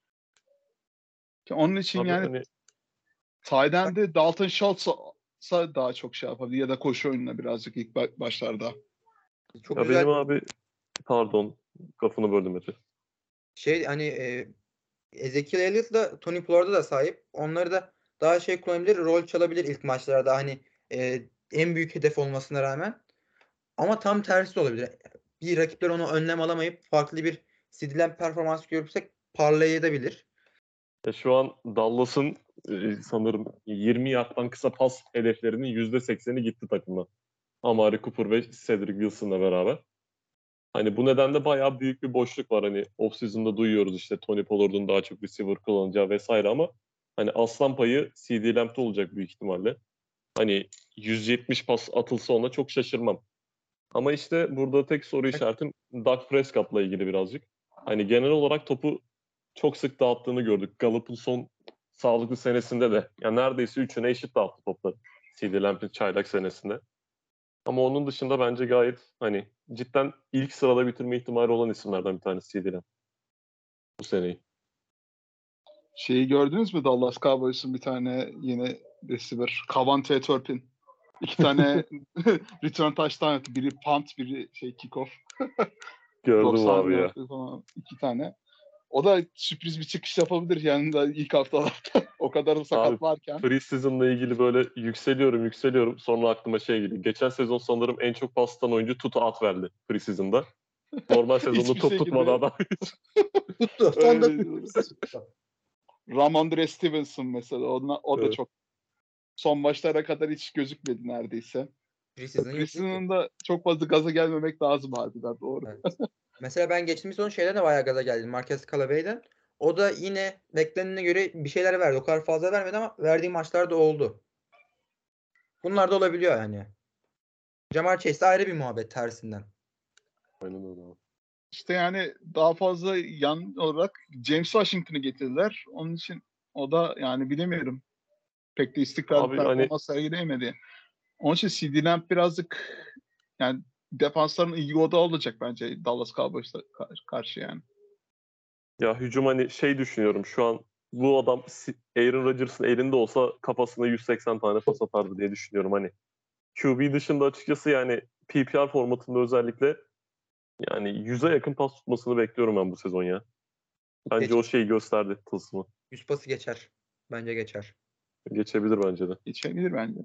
Onun için Abi yani hani tight end'de Dalton Schultz'a daha çok şey yapabilir ya da koşu oyununa birazcık ilk başlarda. Çok ya güzel benim abi pardon lafını böldüm Mete. hani Ezekiel Elliott da Tony Pollard'a da sahip. Onları da daha kullanabilir, rol çalabilir ilk maçlarda hani en büyük hedef olmasına rağmen. Ama tam tersi olabilir. Bir rakipler onu önlem alamayıp farklı bir CeeDee Lamb performans görürsek parlayabilir. Şu an Dallas'ın sanırım 20 yardtan kısa pas hedeflerinin %80'i gitti takımdan. Amari Cooper ve Cedric Wilson'la beraber. Hani bu nedenle bayağı büyük bir boşluk var. Hani off-season'da duyuyoruz işte Tony Pollard'ın daha çok receiver kullanacağı vesaire ama hani aslan payı CeeDee Lamb'da olacak büyük ihtimalle. Hani 170 pas atılsa ona çok şaşırmam. Ama işte burada tek soru işaretim Dak Prescott'la ilgili birazcık. Hani genel olarak topu çok sık dağıttığını gördük. Gallup'un son sağlıklı senesinde de. Yani neredeyse üçüne eşit dağıttı topları. CeeDee Lamb'in çaylak senesinde. Ama onun dışında bence gayet hani cidden ilk sırada bitirme ihtimali olan isimlerden bir tanesi CeeDee Lamb bu seneyi. Şeyi gördünüz mü Dallas Cowboys'un bir tane yeni receiver Cavante Turpin. 2 tane return touchdown yaptı. Biri punt, biri kickoff. Gördüm 90 abi ya. yardlık falan 2 tane. O da sürpriz bir çıkış yapabilir yani da ilk haftalarda. O kadar da sakat Abi, varken. Preseason'la ilgili böyle yükseliyorum. Sonra aklıma şey geliyor. Geçen sezon sanırım en çok pas tutan oyuncu Tutu Atwell'di Preseason'da. Normal sezonda Hiçbir top şekilde- tutmadı adam. Tuttu. Son Öyle. dakika tuttu. Ramondre Stevenson mesela o da Evet. çok son maçlara kadar hiç gözükmedi neredeyse. Preseason'ı yok. Preseason'da çok fazla gaza gelmemek lazım harbiden doğru. Evet. Mesela ben geçtiğimiz sezon şeyden de bayağı gaza geldim. Marquez Callaway'den. O da yine beklenene göre bir şeyler verdi. O kadar fazla vermedi ama verdiği maçlar da oldu. Bunlar da olabiliyor yani. Jamar Chase de ayrı bir muhabbet tersinden. Aynen öyle abi. İşte yani daha fazla yan olarak James Washington'ı getirdiler. Onun için o da yani bilemiyorum. Pek de istikrarlı Abi hani performans sergileyemedi. Onun için CeeDee Lamb birazcık yani defansların iyi oda olacak bence Dallas Cowboys'a karşı yani. ya hücum hani şey düşünüyorum şu an bu adam Aaron Rodgers'ın elinde olsa kafasına 180 tane pas atardı diye düşünüyorum hani. QB dışında açıkçası yani PPR formatında özellikle yani 100'e yakın pas tutmasını bekliyorum ben bu sezon ya. Bence o şeyi gösterdi tılsımı. 100 pası geçer. Bence geçer. Geçebilir bence de. Geçebilir bence.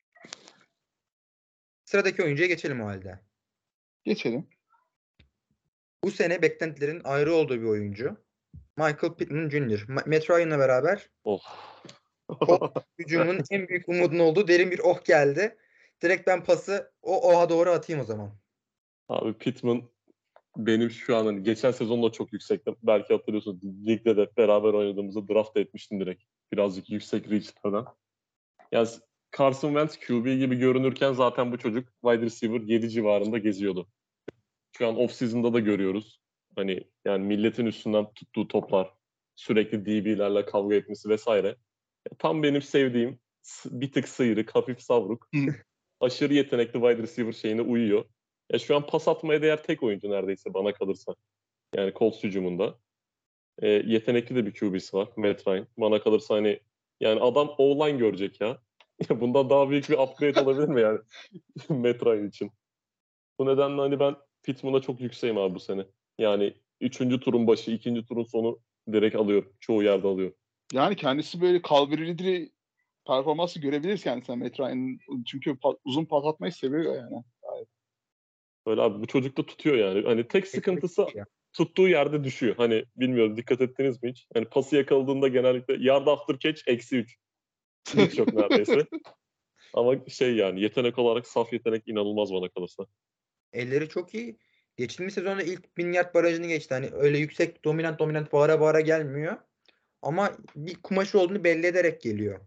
Sıradaki oyuncuya geçelim o halde. Geçelim. Bu sene beklentilerin ayrı olduğu bir oyuncu. Michael Pittman Jr. Matt Ryan'la beraber Oh. hücumun en büyük umudun olduğu derin bir oh geldi. Direkt ben pası o oha doğru atayım o zaman. Abi Pittman benim şu an hani geçen sezon da çok yüksektim. Belki hatırlıyorsunuz ligde de beraber oynadığımızda draft etmiştim direkt. Birazcık yüksek reach'lerden. Yani Carson Wentz QB gibi görünürken zaten bu çocuk wide receiver 7 civarında geziyordu. Şu an off-season'da da görüyoruz. Hani yani milletin üstünden tuttuğu toplar, sürekli DB'lerle kavga etmesi vesaire. Tam benim sevdiğim bir tık sıyrık, hafif savruk, aşırı yetenekli wide receiver şeyine uyuyor. Ya şu an pas atmaya değer tek oyuncu neredeyse bana kalırsa. Yani Colts hücumunda. Yetenekli de bir QB'si var. Matt Ryan. Bana kalırsa hani yani adam O-line görecek ya. Bundan daha büyük bir upgrade olabilir mi yani Matt Ryan için? Bu nedenle hani ben Pittman'a çok yükseğim abi bu sene. Yani 3. turun başı, 2. turun sonu direkt alıyor. Çoğu yerde alıyor. Yani kendisi böyle Calvin Ridley performansı görebiliriz kendisinden Matt Ryan'ın. Çünkü uzun pas atmayı seviyor yani. Böyle abi bu çocuk da tutuyor yani. Hani tek sıkıntısı Ya. tuttuğu yerde düşüyor. Hani bilmiyorum dikkat ettiniz mi hiç? Hani pası yakaladığında genellikle yard after catch -3. Hiç yok neredeyse. Ama şey yani yetenek olarak saf yetenek inanılmaz bana kalırsa. Elleri çok iyi. Geçtiğimiz sezonda ilk 1000 yard barajını geçti. Hani öyle yüksek dominant bağıra bağıra gelmiyor. Ama bir kumaşı olduğunu belli ederek geliyor.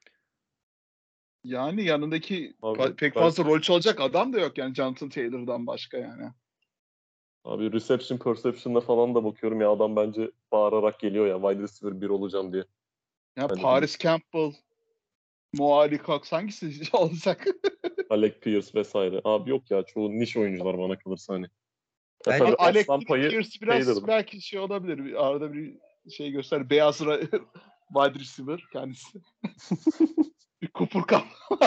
Yani yanındaki Abi, pek ben- fazla rol çalacak adam da yok yani Jonathan Taylor'dan başka yani. Abi reception perception'da falan da bakıyorum ya adam bence bağırarak geliyor ya wide receiver 1 olacağım diye. Ya Hani Paris Campbell, Mo Ali Cox hangisi olacak? Alec Pierce vesaire. Abi yok ya çoğu niş oyuncular bana kalırsa hani. Ya Bence tabii Alec aslan payı Pierce biraz Taylor'da. belki şey olabilir. Arada bir şey göster. Beyaz wide receiver kendisi. Bir Cooper Cup.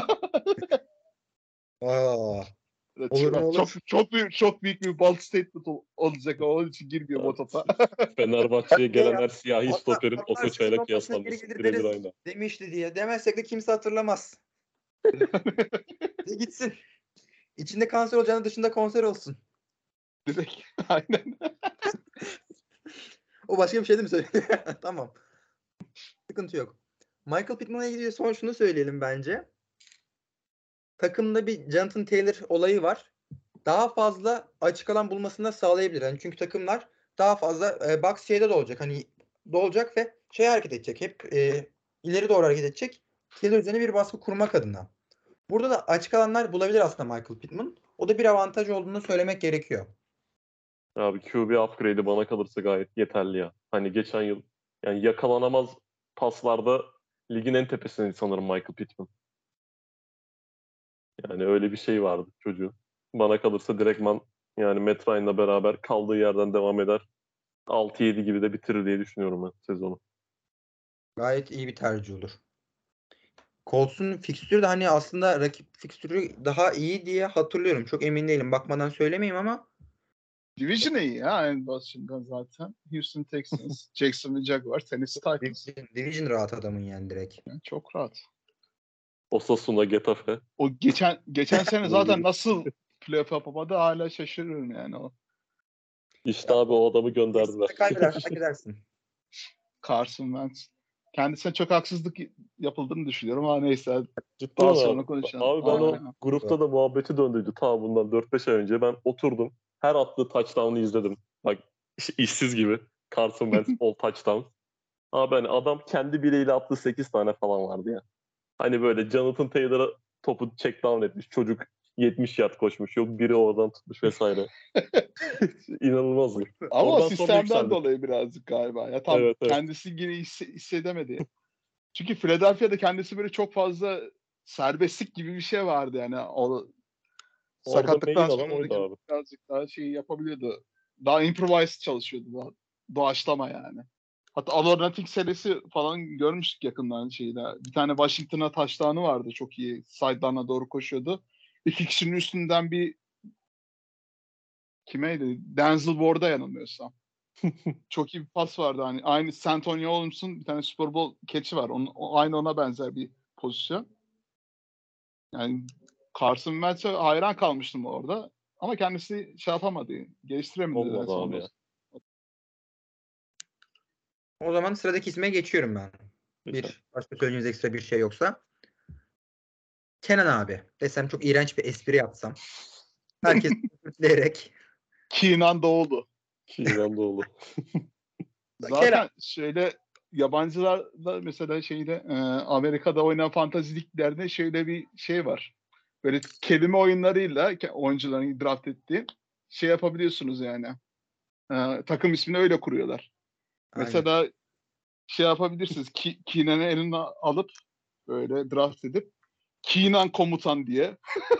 Aa, olur mu olur. Çok büyük bir bold statement olacak. Onun için girmiyor o topa. Fenerbahçe'ye gelen her siyahi Hatta stoperin Okoçay'la sezon başına geri kıyaslanması. gelir Birebir deriz aynı. demişti diye. Demezsek de kimse hatırlamaz. De gitsin. İçinde kanser olacağını dışında konser olsun. Direkt. Aynen. O başka bir şey değil mi söyledi? Tamam. Sıkıntı yok. Michael Pittman'la ilgili son şunu söyleyelim bence. Takımda bir Jonathan Taylor olayı var. Daha fazla açık alan bulmasını da sağlayabilir. Yani çünkü takımlar daha fazla box şeyde de olacak. Hani dolacak ve hareket edecek. Hep ileri doğru hareket edecek. Taylor üzerine bir baskı kurmak adına. Burada da açık alanlar bulabilir aslında Michael Pittman. O da bir avantaj olduğunu söylemek gerekiyor. Abi QB upgrade'i bana kalırsa gayet yeterli ya. Hani geçen yıl yani yakalanamaz paslarda ligin en tepesindeydi sanırım Michael Pittman. Yani öyle bir şey vardı çocuğun. Bana kalırsa direktman yani Matt Ryan'la beraber kaldığı yerden devam eder. 6-7 gibi de bitirir diye düşünüyorum ben sezonu. Gayet iyi bir tercih olur. Colts'un fikstürü de hani aslında rakip fikstürü daha iyi diye hatırlıyorum. Çok emin değilim. Bakmadan söylemeyeyim ama Division iyi ya en başından zaten. Houston Texans, Jacksonville Jaguars, Tennessee Titans. Division rahat adamın yani direkt. Yani çok rahat. Osasuna, Getafe. O geçen sene zaten nasıl playoff yapamadı hala şaşırıyorum yani o. İşte abi o adamı gönderdiler. Kaybedersen hak edersin. Carson Wentz. Kendisine çok haksızlık yapıldığını düşünüyorum ama neyse. Ciddi Daha mi sonra abi? konuşalım. Abi ben o Aynen. grupta da muhabbeti döndüydü ta bundan 4-5 ay önce. Ben oturdum. Her attığı touchdown'u izledim. Bak işsiz gibi. Carson Wentz all touchdown. Abi hani adam kendi bileğiyle attığı 8 tane falan vardı ya. Hani böyle Jonathan Taylor'a topu check down etmiş. Çocuk 70 yard koşmuş. Yok biri oradan tutmuş vesaire. İnanılmaz. Ama o Oradan sonra sistemden yükseldi. dolayı birazcık galiba. Ya tam Evet, evet. kendisi yine hissedemedi. Çünkü Philadelphia'da kendisi böyle çok fazla serbestlik gibi bir şey vardı yani. O Orada sakatlıktan main adam sonra oydu abi. birazcık daha şey yapabiliyordu. Daha improvise çalışıyordu. Daha doğaçlama yani. Hatta Alornatik serisi falan görmüştük yakından şeyde. Bir tane Washington'a touchdown'u vardı. Çok iyi. Sideline'a doğru koşuyordu. İki kişinin üstünden bir kimeydi? Denzel Ward'a yanılmıyorsam. Çok iyi bir pas vardı. Hani aynı St. Antonio Holmes'un bir tane Super Bowl catch'i var. Aynı ona benzer bir pozisyon. Yani Carson Wentz'e hayran kalmıştım orada. Ama kendisi şey yapamadı. Geliştiremedi Olmadı nedense abi onu. ya. O zaman sıradaki isme geçiyorum ben. Lütfen. Başka söyleyeceğiniz ekstra bir şey yoksa. Kenan abi desem çok iğrenç bir espri yapsam. Herkes kutlayarak. Keenan Doğulu. Keenan Doğulu. Kenan. Zaten şöyle yabancılarla mesela Amerika'da oynanan fantasy liglerde şöyle bir şey var. Böyle kelime oyunlarıyla oyuncuların draft ettiği şey yapabiliyorsunuz yani. Takım ismini öyle kuruyorlar. Aynen. Mesela şey yapabilirsiniz. Keenan'ı eline alıp böyle draft edip Keenan komutan diye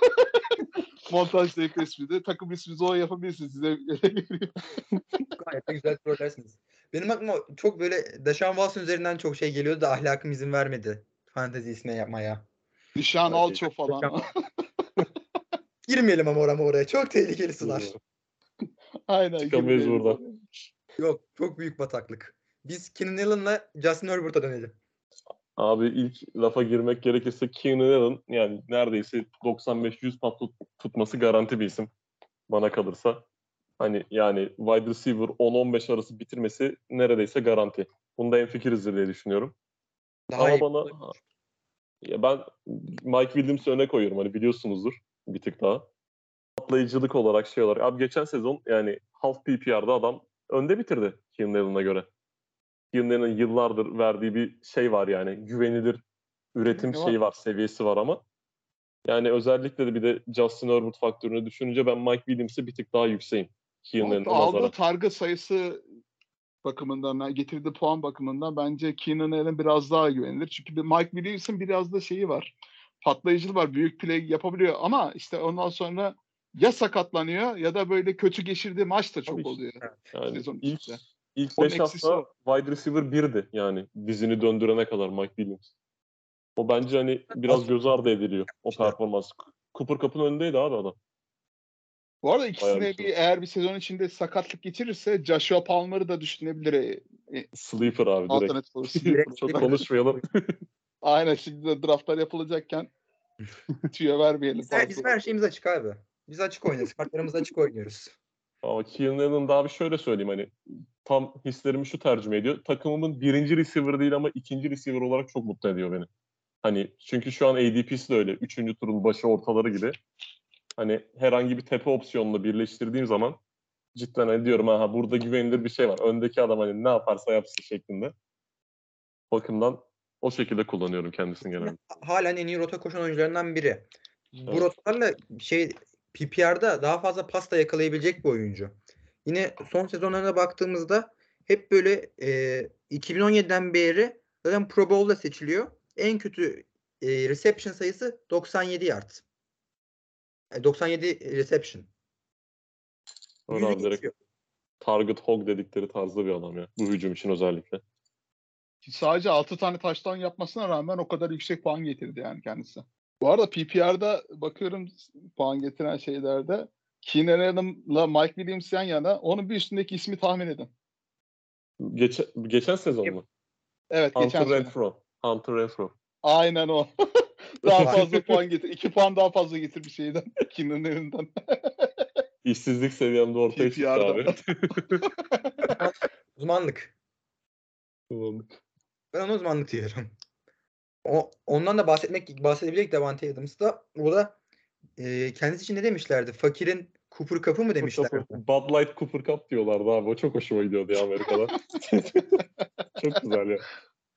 montajda ismi de takım isminizi o yapabilirsiniz. Size Gayet de güzel trollersiniz. Benim aklıma çok böyle Deshaun Watson üzerinden çok şey geliyordu da ahlakım izin vermedi. Fantezi ismi yapmaya. Nişan Hadi. Alço falan. Girmeyelim ama oraya. Çok tehlikeli sular. Aynen. Çıkamayız girmeyelim buradan. oraya. Yok. Çok büyük bataklık. Biz Keenan Allen'la Justin Herbert'a dönelim. Abi ilk lafa girmek gerekirse Keenan Allen yani neredeyse 95-100 pat tutması garanti bir isim bana kalırsa. Hani yani wide receiver 10-15 arası bitirmesi neredeyse garanti. Bunda hemfikirizdir diye düşünüyorum. Daha Ama iyi. bana ya ben Mike Williams'ı öne koyuyorum hani biliyorsunuzdur bir tık daha. Patlayıcılık olarak şey olarak. Abi geçen sezon yani half PPR'da adam önde bitirdi Keenan Allen'a göre. Keenan Allen'ın yıllardır verdiği bir şey var yani güvenilir üretim şeyi var, seviyesi var ama yani özellikle de bir de Justin Herbert faktörünü düşününce ben Mike Williams'e bir tık daha yükseğim. Keenan Allen'a Aldığı nazaran. target sayısı bakımından, getirdiği puan bakımından bence Keenan Allen biraz daha güvenilir. Çünkü Mike Williams'ın biraz da şeyi var. Patlayıcılığı var. Büyük play yapabiliyor ama işte ondan sonra ya sakatlanıyor ya da böyle kötü geçirdiği maç da Tabii çok oluyor yani sezon ilk içinde. 5 Onun eksisi hafta o. wide receiver 1'di yani dizini döndürene kadar Mike Williams. O bence hani biraz göz ardı ediliyor o İşte. performans. Cooper Cup'ın önündeydi abi adam. Bu arada Bayağı bir ikisine süre. eğer bir sezon içinde sakatlık geçirirse Joshua Palmer'ı da düşünebilir. Sleeper abi direkt. Alternatif olur. Sleeper çok Konuşmayalım. Aynen şimdi de draftlar yapılacakken tüyo vermeyelim fazla. Bizim her şeyimiz açık abi. Biz açık oynuyoruz. Kartlarımız açık oynuyoruz. Ama Keenan Allen daha bir şöyle söyleyeyim hani tam hislerimi şu tercüme ediyor. Takımımın birinci receiver değil ama ikinci receiver olarak çok mutlu ediyor beni. Hani çünkü şu an ADP'si de öyle. Üçüncü turun başı ortaları gibi. Hani herhangi bir tepe opsiyonla birleştirdiğim zaman cidden hani diyorum aha burada güvenilir bir şey var. Öndeki adam hani ne yaparsa yapsın şeklinde. Bakımdan o şekilde kullanıyorum kendisini genelde. Halen en iyi rota koşan oyuncularından biri. Bu Evet. rotalarla PPR'da daha fazla pasta yakalayabilecek bir oyuncu. Yine son sezonlarına baktığımızda hep böyle 2017'den beri zaten Pro Bowl'da seçiliyor. En kötü reception sayısı 97 yard. 97 reception. Öyle Yüzü abi direkt geçiyor. target hog dedikleri tarzda bir adam ya. Bu hücum için özellikle. Sadece 6 tane touchdown yapmasına rağmen o kadar yüksek puan getirdi yani kendisi. Bu arada PPR'da bakıyorum puan getiren şeylerde Keenan Allen'la Mike Williams yan yana. Onun bir üstündeki ismi tahmin edin. Geçen sezon mu? Evet geçen Hunter sene. Renfro. Hunter Renfro. Aynen o. Daha fazla puan getir. 2 puan daha fazla getir bir şeyden. Keenan Allen'dan. İşsizlik seviyemde ortaya çıktı PPR'da. abi. Uzmanlık. Kullandık. Ben ona uzmanlık diyorum. Ondan da bahsedebilecek Davante Adams'da. O da kendisi için ne demişlerdi? Fakirin Cooper Cup'ı mı demişlerdi? Bud Light Cooper Cup diyorlardı abi. O çok hoşuma gidiyordu ya Amerika'da. Çok güzel ya.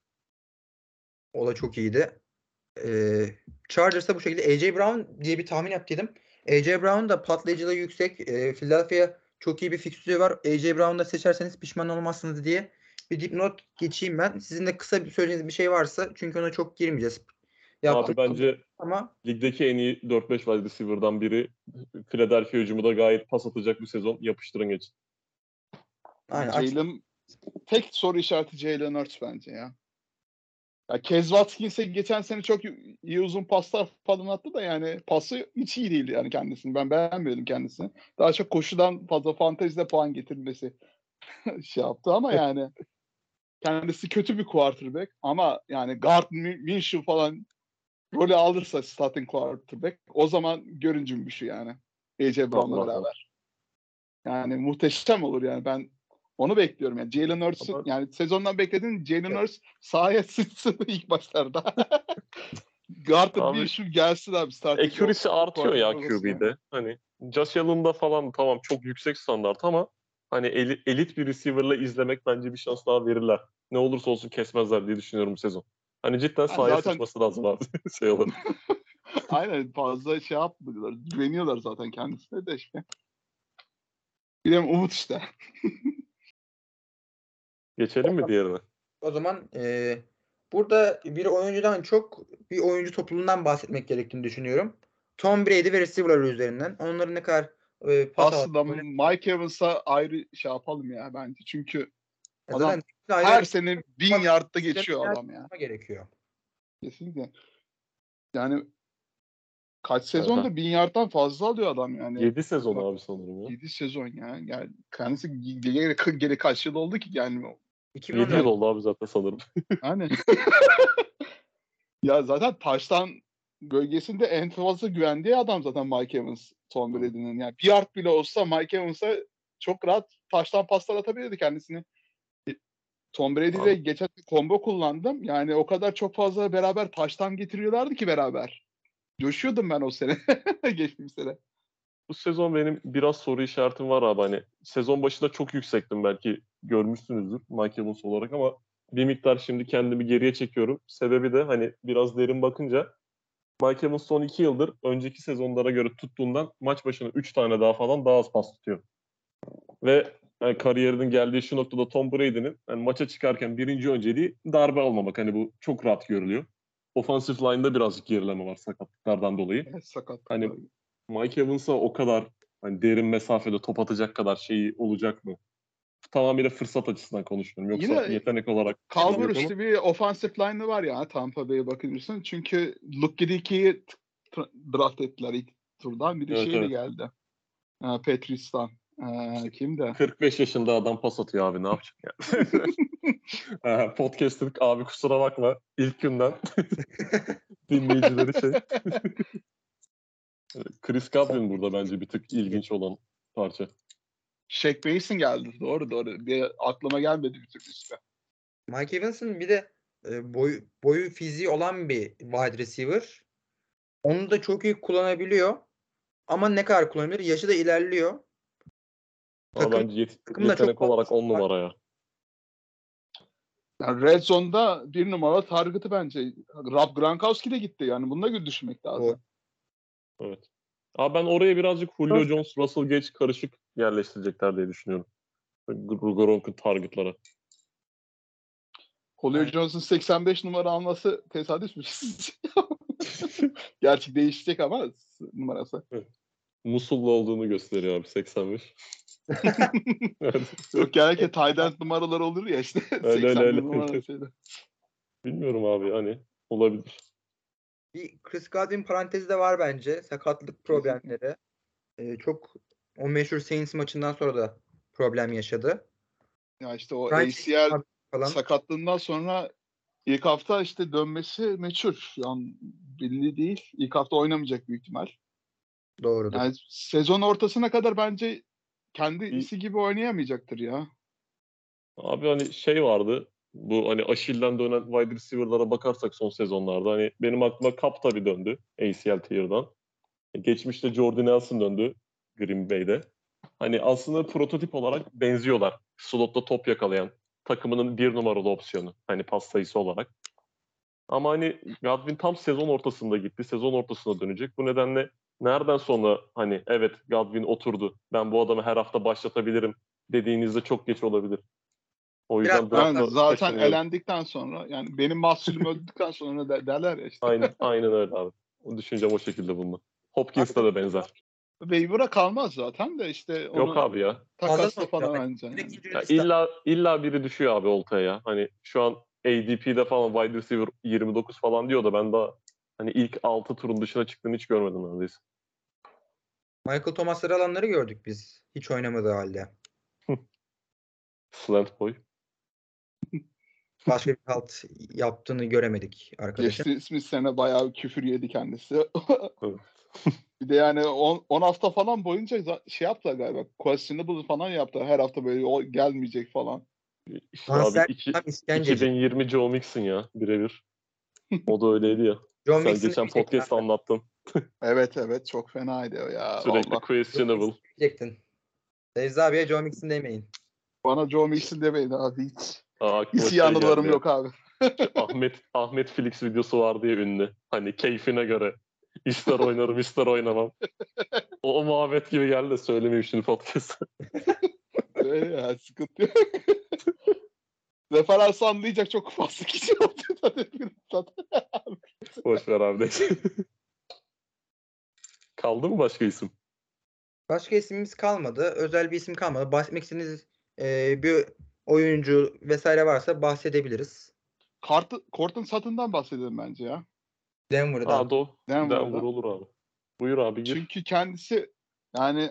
O da çok iyiydi. Chargers'ta bu şekilde A.J. Brown diye bir tahmin yaptıydım. A.J. Brown da patlayıcılığı yüksek. Philadelphia çok iyi bir fikstürü var. A.J. Brown'da seçerseniz pişman olmazsınız diye bir dipnot geçeyim ben. Sizin de kısa bir söyleyeceğiniz bir şey varsa çünkü ona çok girmeyeceğiz. Abi bence ama ligdeki en iyi 4-5 wide receiver'dan biri. Philadelphia hücumu da gayet pas atacak bir sezon. Yapıştırın geçin. aynen, Tek soru işareti Jalen Hurts bence ya. Ya Kez Watkins'e geçen sene çok iyi uzun paslar falan attı da yani pası hiç iyi değildi yani kendisini. Ben beğenmiyordum kendisini. Daha çok koşudan fazla fantezide puan getirmesi şey yaptı ama yani kendisi kötü bir quarterback ama yani Gardner Minshew falan rolü alırsa starting quarterback o zaman görüncüm bir şey yani. A.J. Brown'la Allah Allah. beraber. Yani muhteşem olur yani ben onu bekliyorum yani. Jalen Hurts'u Ama- yani sezondan beklediğin Jalen Hurts sahaya sıçsın ilk başlarda. Gardner Abi Minshew gelsin abi starting. accuracy artıyor ya quarterback QB'de. Hani Josh Allen'da falan tamam çok yüksek standart ama hani elit bir receiver'la izlemek bence bir şans daha verirler. Ne olursa olsun kesmezler diye düşünüyorum bu sezon. Hani cidden Yani sahaya zaten sıçması lazım abi. Şey olur. aynen fazla şey yapmıyorlar. Güveniyorlar zaten kendisine de işte. Bir de umut işte. Geçelim mi diğerine? o zaman burada bir oyuncudan çok bir oyuncu topluluğundan bahsetmek gerektiğini düşünüyorum. Tom Brady ve receiver'lar üzerinden. Onların ne kadar pas Aslında böyle Mike Evans'a ayrı şey yapalım ya bence. Çünkü zaten adam her ayrı sene 1000 yardta geçiyor adam ya. gerekiyor. Kesinlikle. Yani kaç Evet, sezonda 1000 yardtan fazla alıyor adam yani. 7 sezon abi sanırım ya. 7 sezon ya. Yani kendisi geri kaç yıl oldu ki yani. 7 yıl 2014 oldu abi zaten sanırım. Hani ya zaten taştan bölgesinde en fazla güvendiği adam zaten Mike Evans Tom Brady'nin. Yani bir yard bile olsa Mike Evans'a çok rahat taştan paslar atabilirdi kendisini. Tom Brady ile Abi, geçen bir combo kullandım. Yani o kadar çok fazla beraber taştan getiriyorlardı ki beraber. Coşuyordum ben o sene. Geçtiğim sene. bu sezon benim biraz soru işaretim var abi. Hani sezon başında çok yüksektim belki görmüşsünüzdür Mike Evans olarak ama bir miktar şimdi kendimi geriye çekiyorum. Sebebi de hani biraz derin bakınca Mike Evans son 2 yıldır önceki sezonlara göre tuttuğundan maç başına 3 tane daha falan daha az pas tutuyor. Ve yani kariyerinin geldiği şu noktada Tom Brady'nin yani maça çıkarken birinci önceliği darbe almamak. Hani bu çok rahat görülüyor. Offensive line'da birazcık gerileme var sakatlıklardan dolayı. Evet, sakatlıklar. Hani Mike Evans'a o kadar hani derin mesafede top atacak kadar şeyi olacak mı? Tamamıyla fırsat açısından konuşuyorum. Yoksa Yine yetenek olarak kalbur yok ama üstü bir offensive line'ı var ya Tampa Bay'e bakıyorsun. Çünkü Luke Gedicki'yi draft ettiler ilk turdan. Bir de evet şeyle evet. geldi. Patrice'tan. Kimdi? 45 yaşında adam pas atıyor abi ne yapacak ya? Podcaster abi kusura bakma ilk günden dinleyicileri şey. Chris Godwin burada bence bir tık ilginç olan parça. Shaq Mason geldi. Doğru. Bir aklıma gelmedi bir türlü ismi. Mike Evans'ın bir de boyu fiziği olan bir wide receiver. Onu da çok iyi kullanabiliyor. Ama ne kadar kullanabilir? Yaşı da ilerliyor. Ama Takım, bence takım da çok yetenek olarak fazla 10 numara ya. Yani Red Zone'da bir numara target'ı bence. Rob Gronkowski de gitti yani. Bununla göre düşünmek lazım. Doğru. Evet. Abi ben oraya birazcık Julio Jones, Russell Gage karışık yerleştirecekler diye düşünüyorum. Gronk'un targetlara. Julio Evet. Jones'un 85 numara alması tesadüf mü? Gerçi değişecek ama numarası. Musul'lu olduğunu gösteriyor abi 85. Evet. Yok genellikle tight end numaraları olur ya işte. Öyle 81 öyle. numara şeyde. Bilmiyorum abi hani olabilir. Bir Chris Godwin parantezi de var bence. Sakatlık problemleri. Çok o meşhur Saints maçından sonra da problem yaşadı. Ya işte o Franchise ACL falan. sakatlığından sonra ilk hafta işte dönmesi meçhul. Şu an belli değil. İlk hafta oynamayacak büyük ihtimal. Doğrudur. Yani sezon ortasına kadar bence kendisi Bir- gibi oynayamayacaktır ya. Abi hani şey vardı. Bu hani Achilles'den dönen wide receiver'lara bakarsak son sezonlarda hani benim aklıma Cup tabii döndü ACL tear'dan. Geçmişte Jordy Nelson döndü Green Bay'de. Hani aslında prototip olarak benziyorlar. Slotta top yakalayan takımının bir numaralı opsiyonu. Hani pas sayısı olarak. Ama hani Godwin tam sezon ortasında gitti. Sezon ortasına dönecek. Bu nedenle nereden sonra hani evet Godwin oturdu. Ben bu adamı her hafta başlatabilirim dediğinizde çok geç olabilir. O Biraz yüzden Yani draft'ta zaten kaçınıyorum. elendikten sonra yani benim mahsulüm öldükten sonra derler ya işte. Aynen öyle abi. O düşüncem o şekilde bunda. Hopkins'te de benzer. Waiver'a kalmaz zaten de işte Yok onu abi ya. fazla takasla topluyor. falan Hani bence. direkt Yani. injury Ya liste. illa biri düşüyor abi oltaya ya. Hani şu an ADP'de falan wide receiver 29 falan diyor da ben daha hani ilk 6 turun dışına çıktığını hiç görmedim neredeyse. Michael Thomas'ları alanları gördük biz. Hiç oynamadığı halde. Slant boy. Başka bir halt yaptığını göremedik arkadaşın. Jackson Smith sene bayağı bir küfür yedi kendisi. Evet. Bir de yani 10 hafta falan boyunca şey yaptılar galiba. Questionable falan yaptı. Her hafta böyle o gelmeyecek falan. İşte abi Kanser tam işkenceci. 2020 Joe Mixon ya birebir. O da öyleydi ya. John Sen Mixon geçen demeyecektin podcast abi. anlattın. Evet çok fenaydı o ya Sürekli valla. John questionable. Mixon demeyecektin. Fevzi abiye John Mixon demeyin. Bana Joe Mixon demeyin abi hiç. Aklıma Hiç iyi şey geldi anılarım ya. yok abi. Şu Ahmet Felix videosu vardı ya ünlü. Hani keyfine göre. İster oynarım ister oynamam. O muhabbet gibi geldi de söylemeyeyim şimdi podcast'ta. Öyle ya sıkıntı yok. Referans anlayacak çok fazla kişi oldu zaten. Boş ver abi de. Kaldı mı başka isim? Başka isimimiz kalmadı. Özel bir isim kalmadı. Bahsetmek istediğiniz bir oyuncu vesaire varsa bahsedebiliriz. Cortland Sutton'dan bahsedelim bence ya. Denver'dan. Denver Denver'dan. olur abi. Buyur abi gir. Çünkü kendisi yani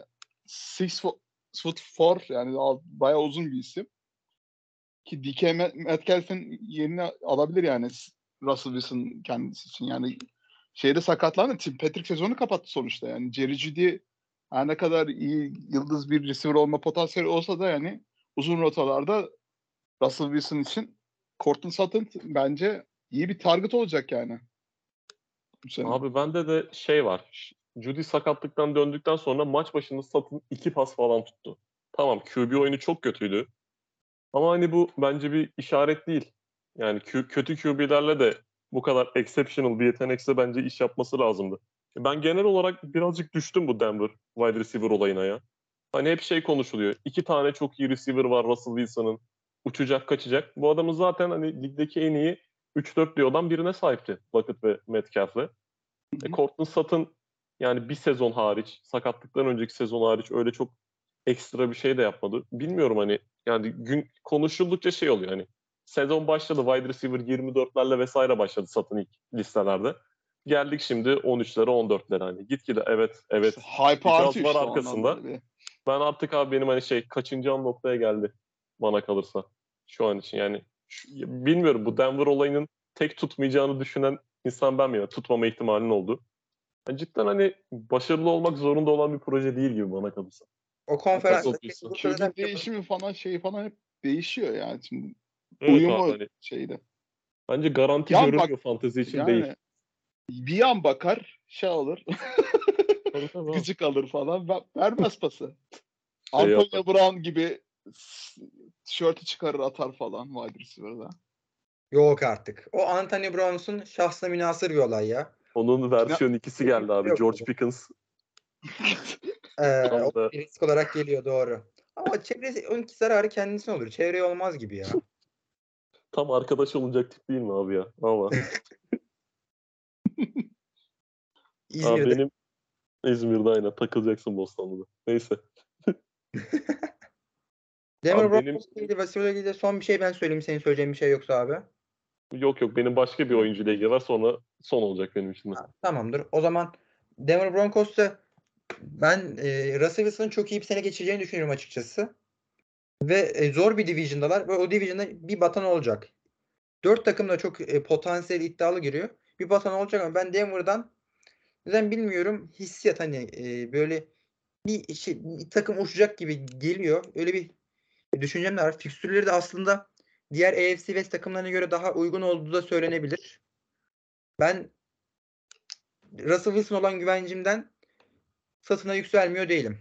6'4 yani bayağı uzun bir isim. Ki DK Metcalf'in yerini alabilir yani Russell Wilson kendisi için. Yani şeyde sakatlandı. Tim Patrick sezonu kapattı sonuçta. Yani Jerry Jeudy her ne kadar iyi yıldız bir receiver olma potansiyeli olsa da yani uzun rotalarda Russell Wilson için Cortland Sutton bence iyi bir target olacak yani. Bu sene. Abi bende de şey var. Judy sakatlıktan döndükten sonra maç başında Sutton 2 pas falan tuttu. Tamam QB oyunu çok kötüydü. Ama hani bu bence bir işaret değil. Yani kötü QB'lerle de bu kadar exceptional bir yetenekse bence iş yapması lazımdı. Ben genel olarak birazcık düştüm bu Denver wide receiver olayına ya. Hani hep şey konuşuluyor. 2 tane çok iyi receiver var Russell Wilson'ın. Uçacak kaçacak. Bu adamın zaten hani ligdeki en iyi 3-4'lüyordan birine sahipti. Lockett ve Metcalf'le. Cortland Sutton yani bir sezon hariç, sakatlıktan önceki sezon hariç öyle çok ekstra bir şey de yapmadı. Bilmiyorum hani yani gün konuşuldukça şey oluyor hani sezon başladı wide receiver 24'lerle vesaire başladı Sutton ilk listelerde. Geldik şimdi 13'lere 14'lere hani gitgide evet Hype bir gaz artıyor var işte ondan arkasında. dolayı. Ben artık abi benim hani şey kaçıncı noktaya geldi bana kalırsa şu an için yani bilmiyorum bu Denver olayının tek tutmayacağını düşünen insan ben miyim? Tutmama ihtimalinin oldu. Yani cidden hani başarılı olmak zorunda olan bir proje değil gibi bana kalırsa. O konferans Haklısın. QB değişimi falan falan hep değişiyor yani şimdi. Evet Uyumu abi, hani şeyde. bence garanti Yan bak görünmüyor fantezi için yani değil. bir yan bakar alır. Tabii tabii abi. Gıcık alır falan. Vermez pası. Şey Antonio yapar. Brown gibi tişörtü çıkarır atar falan wide receiver'da. Yok artık. O Anthony Brown'un şahsına münhasır bir olay ya. Onun versiyon ikisi geldi abi. Yok. George Pickens. O Tam da bir risk olarak geliyor, doğru. Ama çevresi, onunki zararı kendisine olur. Çevreye olmaz gibi ya. tam arkadaş olunacak tip değil mi abi ya? Ama abi İzmir'de. benim İzmir'de aynen takılacaksın Bostanlı'da. Neyse. Denver Abi benim Broncos'la ilgili, Vasile'yle ilgili son bir şey ben söyleyeyim. Senin söyleyeceğin bir şey yoksa abi. yok benim başka bir oyuncuyla ilgili var, sonra son olacak benim için de. Tamamdır. O zaman Denver Broncos'ta ben Russell Wilson'ın çok iyi bir sene geçireceğini düşünüyorum açıkçası. Ve zor bir division'dalar ve o division'da bir batan olacak. 4 takım da çok potansiyel iddialı giriyor. Bir batan olacak ama ben Denver'dan neden bilmiyorum, hissiyat hani böyle bir takım uçacak gibi geliyor. Öyle bir düşüncem de var. Fikstürleri de aslında diğer AFC West takımlarına göre daha uygun olduğu da söylenebilir. Ben Russell Wilson olan güvencimden satına yükselmiyor değilim.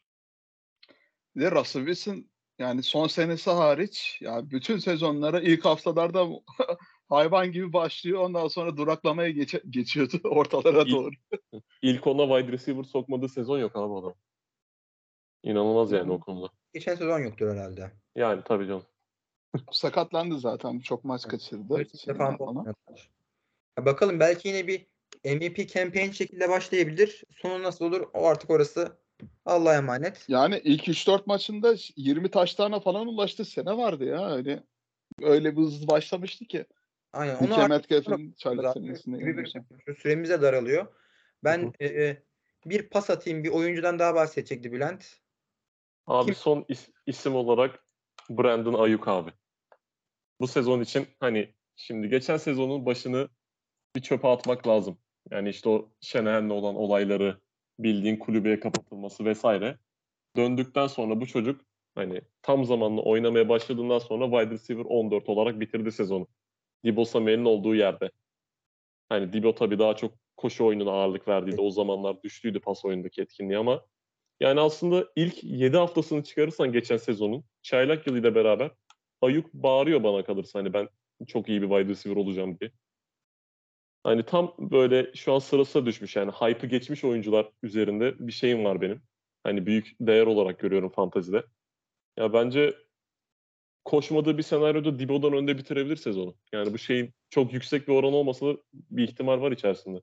Bir de Russell Wilson yani son senesi hariç ya bütün sezonlara ilk haftalarda hayvan gibi başlıyor. Ondan sonra duraklamaya geçiyordu ortalara İlk, doğru. ilk ona wide receiver sokmadığı sezon yok abi adam. İnanılmaz yani o konuda. Geçen sezon yoktur herhalde. Yani tabii canım. Sakatlandı zaten. Çok maç kaçırdı. Maçında falan Falan. oynadılar. Bakalım, belki yine bir MVP campaign şekilde başlayabilir. Sonu nasıl olur? O artık orası Allah'a emanet. Yani ilk 3-4 maçında 20 taşlarına falan ulaştı sene vardı ya. Öyle bir hızlı başlamıştı ki. Aynen. Onu DK artık Metcalf'in çaylak zaten senesinde gibi bir yanılmıyorsam. süremiz de daralıyor. Hı Ben hı. bir pas atayım. Bir oyuncudan daha bahsedecekti Bülent. Abi Kim? son isim olarak Brandon Ayuk abi. Bu sezon için hani şimdi geçen sezonun başını bir çöpe atmak lazım. Yani işte o Shanahan'le olan olayları, bildiğin kulübeye kapatılması vesaire. Döndükten sonra bu çocuk hani tam zamanlı oynamaya başladığından sonra wide receiver 14 olarak bitirdi sezonu. Deebo Samuel'in olduğu yerde. Hani Deebo tabii daha çok koşu oyununa ağırlık verdiydi. O zamanlar düştüydü pas oyundaki etkinliği ama yani aslında ilk 7 haftasını çıkarırsan geçen sezonun çaylak yılıyla beraber Ayuk bağırıyor bana kalırsa hani ben çok iyi bir wide receiver olacağım diye. Hani tam böyle şu an sırasına düşmüş yani hype'ı geçmiş oyuncular üzerinde bir şeyim var benim. Hani büyük değer olarak görüyorum fantazide. Ya bence koşmadığı bir senaryoda Debo'dan önde bitirebilir sezonu. Yani bu şeyin çok yüksek bir oran olmasa da bir ihtimal var içerisinde.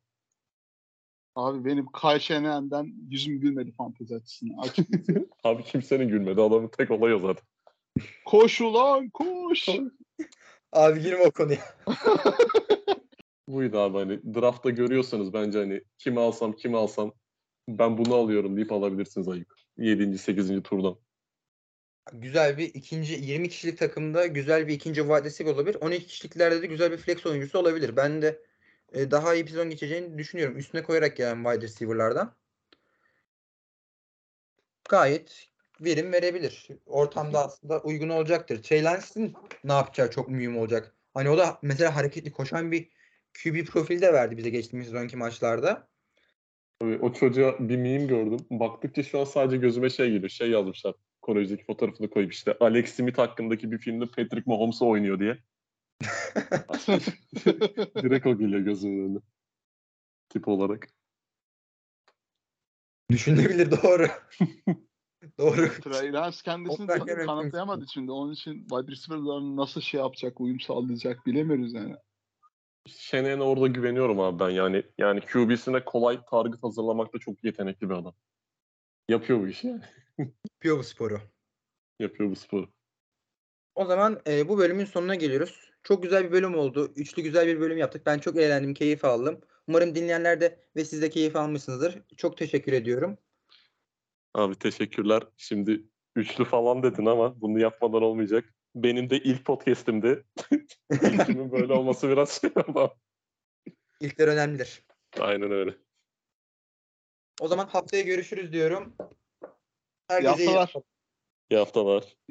Abi benim Kyle Shanahan'den yüzüm gülmedi fantezi açısından. Açıkçası. Abi kimsenin gülmedi. Adamın tek olayı o zaten. Koş ulan koş. Abi girme o konuya. Buydu abi hani draftta görüyorsanız bence hani kimi alsam ben bunu alıyorum deyip alabilirsiniz Ayık. 7. 8. turdan. Güzel bir ikinci 20 kişilik takımda güzel bir ikinci wide receiver olabilir. 12 kişiliklerde de güzel bir flex oyuncusu olabilir. Ben de daha iyi bir sezon geçeceğini düşünüyorum. Üstüne koyarak yani wide receiver'lardan. Gayet verim verebilir. Ortamda aslında uygun olacaktır. Trey Lance'in ne yapacağı çok mühim olacak. Hani o da mesela hareketli koşan bir QB profili de verdi bize geçtiğimiz sezonki maçlarda. Tabii, o çocuğa bir meme gördüm. Baktıkça şu an sadece gözüme şey geliyor. Şey yazmışlar. Kolejdeki fotoğrafını koyup işte Alex Smith hakkındaki bir filmde Patrick Mahomes'u oynuyor diye. Direkt o geliyor gözümün önüne. Tip olarak. Düşünebilir, doğru. Doğru. Trey Lance kendisini Onlar hemen kanıtlayamadı şimdi. Onun için wide receiver'ların nasıl şey yapacak, uyum sağlayacak bilemiyoruz yani. Shanahan'a orada güveniyorum abi ben. Yani QB'sine kolay target hazırlamakta çok yetenekli bir adam. Yapıyor bu işi yani. yapıyor bu sporu. Yapıyor bu sporu. O zaman bu bölümün sonuna geliyoruz. Çok güzel bir bölüm oldu. Üçlü güzel bir bölüm yaptık. Ben çok eğlendim, keyif aldım. Umarım dinleyenler de ve siz de keyif almışsınızdır. Çok teşekkür ediyorum. Abi teşekkürler. Şimdi üçlü falan dedin ama bunu yapmadan olmayacak. Benim de ilk podcast'imdi. İlkimin böyle olması biraz şey ama. İlkler önemlidir. Aynen öyle. O zaman haftaya görüşürüz diyorum. Herkese iyi haftalar. İyi haftalar.